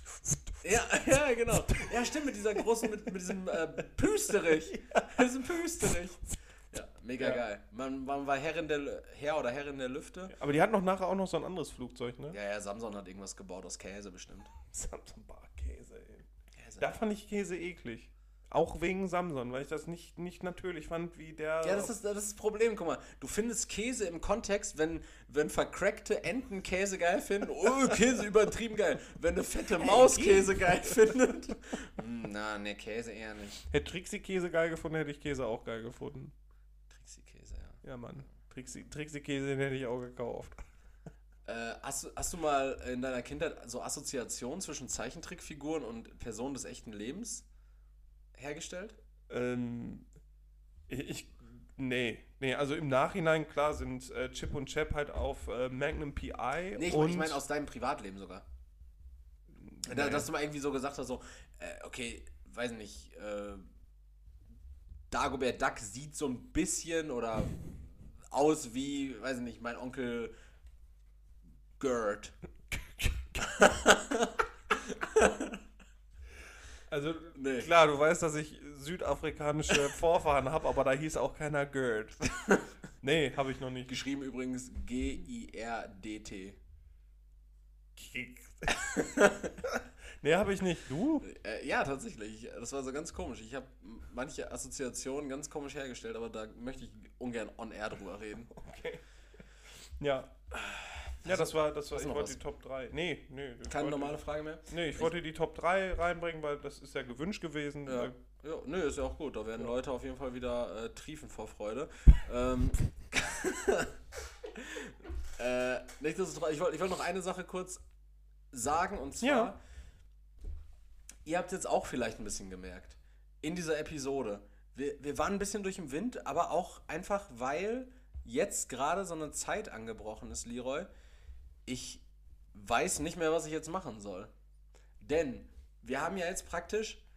Ja, ja, genau. Ja, stimmt, mit dieser großen, mit, mit diesem äh, Püsterich. Mit diesem Püsterich. Ja, mega Ja. geil. Man, man war Herrin der, Lü- Herr oder Herrin der Lüfte. Aber die hat noch nachher auch noch so ein anderes Flugzeug, ne? Ja, ja, Samson hat irgendwas gebaut aus Käse bestimmt. Samson Bar Käse, ey. Käse. Da fand ich Käse eklig. Auch wegen Samson, weil ich das nicht, nicht natürlich fand, wie der. Ja, das ist, das ist das Problem. Guck mal, du findest Käse im Kontext, wenn, wenn vercrackte Enten Käse geil finden. Oh, Käse übertrieben geil. Wenn eine fette Maus Käse geil findet. Hm, na, ne, Käse eher nicht. Hätte Trixie Käse geil gefunden, hätte ich Käse auch geil gefunden. Trixie-Käse, ja. Ja, Mann. Trixie, Trixie Käse, den hätte ich auch gekauft. Äh, hast, du, hast du mal in deiner Kindheit so Assoziationen zwischen Zeichentrickfiguren und Personen des echten Lebens hergestellt? Ähm, ich, ich. Nee. Nee, also im Nachhinein, klar, sind äh, Chip und Chap halt auf äh, Magnum P I. Nee, ich, und mein- ich meine aus deinem Privatleben sogar. Da, dass du mal irgendwie so gesagt hast, so, äh, okay, weiß nicht, äh, Dagobert Duck sieht so ein bisschen oder aus wie, weiß nicht, mein Onkel Gert. Also, Nee. klar, du weißt, dass ich südafrikanische Vorfahren habe, aber da hieß auch keiner Gerd. Nee, habe ich noch nicht. Geschrieben übrigens G I R D T. Nee, habe ich nicht. Du? Äh, ja, tatsächlich. Das war so ganz komisch. Ich habe manche Assoziationen ganz komisch hergestellt, aber da möchte ich ungern on air drüber reden. Okay. Ja. Ja, das war, das war, hast ich du noch wollte was? die Top drei. Nee, nee. ich Keine wollte- normale Frage mehr? Nee, ich wollte die Top drei reinbringen, weil das ist ja gewünscht gewesen. Ja. Äh, Ja, nö, ist ja auch gut. Da werden Ja. Leute auf jeden Fall wieder äh, triefen vor Freude. ähm, äh, nichtsdestotrotz, ich wollte ich wollt noch eine Sache kurz sagen und zwar, Ja. ihr habt jetzt auch vielleicht ein bisschen gemerkt, in dieser Episode, wir, wir waren ein bisschen durch den Wind, aber auch einfach, weil jetzt gerade so eine Zeit angebrochen ist, Leroy, ich weiß nicht mehr, was ich jetzt machen soll. Denn wir haben ja jetzt praktisch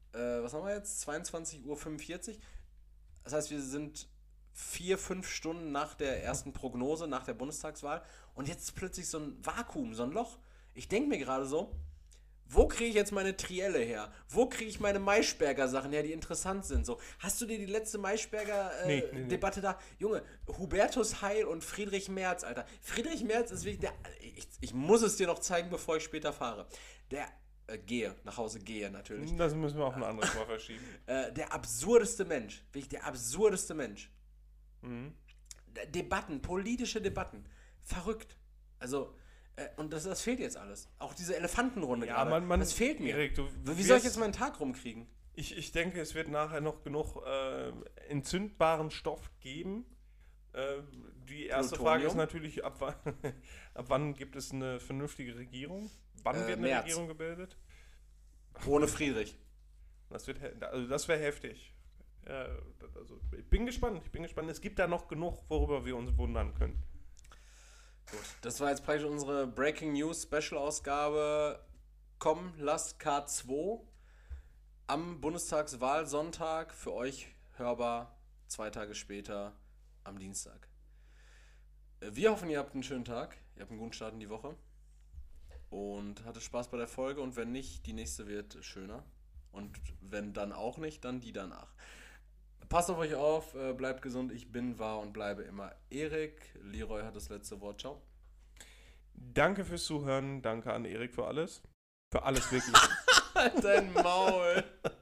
äh, was haben wir jetzt? zweiundzwanzig Uhr fünfundvierzig. Das heißt, wir sind vier, fünf Stunden nach der ersten Prognose, nach der Bundestagswahl. Und jetzt ist plötzlich so ein Vakuum, so ein Loch. Ich denke mir gerade so, wo kriege ich jetzt meine Trielle her? Wo kriege ich meine Maischberger-Sachen her, die interessant sind? So, hast du dir die letzte Maischberger-Debatte äh, Nee, nee, nee. da? Junge, Hubertus Heil und Friedrich Merz, Alter. Friedrich Merz ist wirklich der. Ich, ich muss es dir noch zeigen, bevor ich später fahre. Der. Äh, gehe, nach Hause gehe natürlich. Das müssen wir auf ein anderes Mal verschieben. Äh, der absurdeste Mensch. Wirklich der absurdeste Mensch. Mhm. D- Debatten, politische Debatten. Verrückt. Also. Äh, Und das, das fehlt jetzt alles. Auch diese Elefantenrunde Ja, gerade. man- man- das fehlt mir. Erik, du Wie soll ich wirst- jetzt meinen Tag rumkriegen? Ich, ich denke, es wird nachher noch genug äh, entzündbaren Stoff geben. Äh, die erste Plutonium? Frage ist natürlich, ab wann, ab wann gibt es eine vernünftige Regierung? Wann Äh, wird eine März. Regierung gebildet? Ohne Friedrich. Das wird, he- also das wäre heftig. Ja, also ich bin gespannt, ich bin gespannt. Es gibt da noch genug, worüber wir uns wundern können. Gut, das war jetzt praktisch unsere Breaking News Special Ausgabe. Komm, lasst K zwei am Bundestagswahlsonntag. Für euch hörbar zwei Tage später am Dienstag. Äh, Wir hoffen, ihr habt einen schönen Tag. Ihr habt einen guten Start in die Woche. Und hattet Spaß bei der Folge. Und wenn nicht, die nächste wird schöner. Und wenn dann auch nicht, dann die danach. Passt auf euch auf, äh, bleibt gesund. Ich bin, war und bleibe immer Erik. Leroy hat das letzte Wort. Ciao. Danke fürs Zuhören, danke an Erik für alles. Für alles wirklich. Halt dein Maul.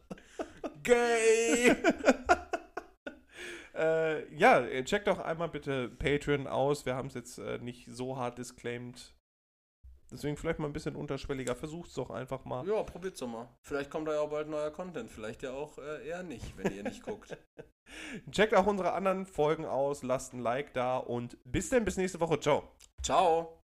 Gay. äh, ja, checkt doch einmal bitte Patreon aus. Wir haben es jetzt äh, nicht so hart disclaimed. Deswegen vielleicht mal ein bisschen unterschwelliger. Versucht's doch einfach mal. Ja, probiert's doch mal. Vielleicht kommt da ja auch bald neuer Content. Vielleicht ja auch äh, eher nicht, wenn ihr nicht guckt. Checkt auch unsere anderen Folgen aus, lasst ein Like da und bis dann, bis nächste Woche. Ciao. Ciao.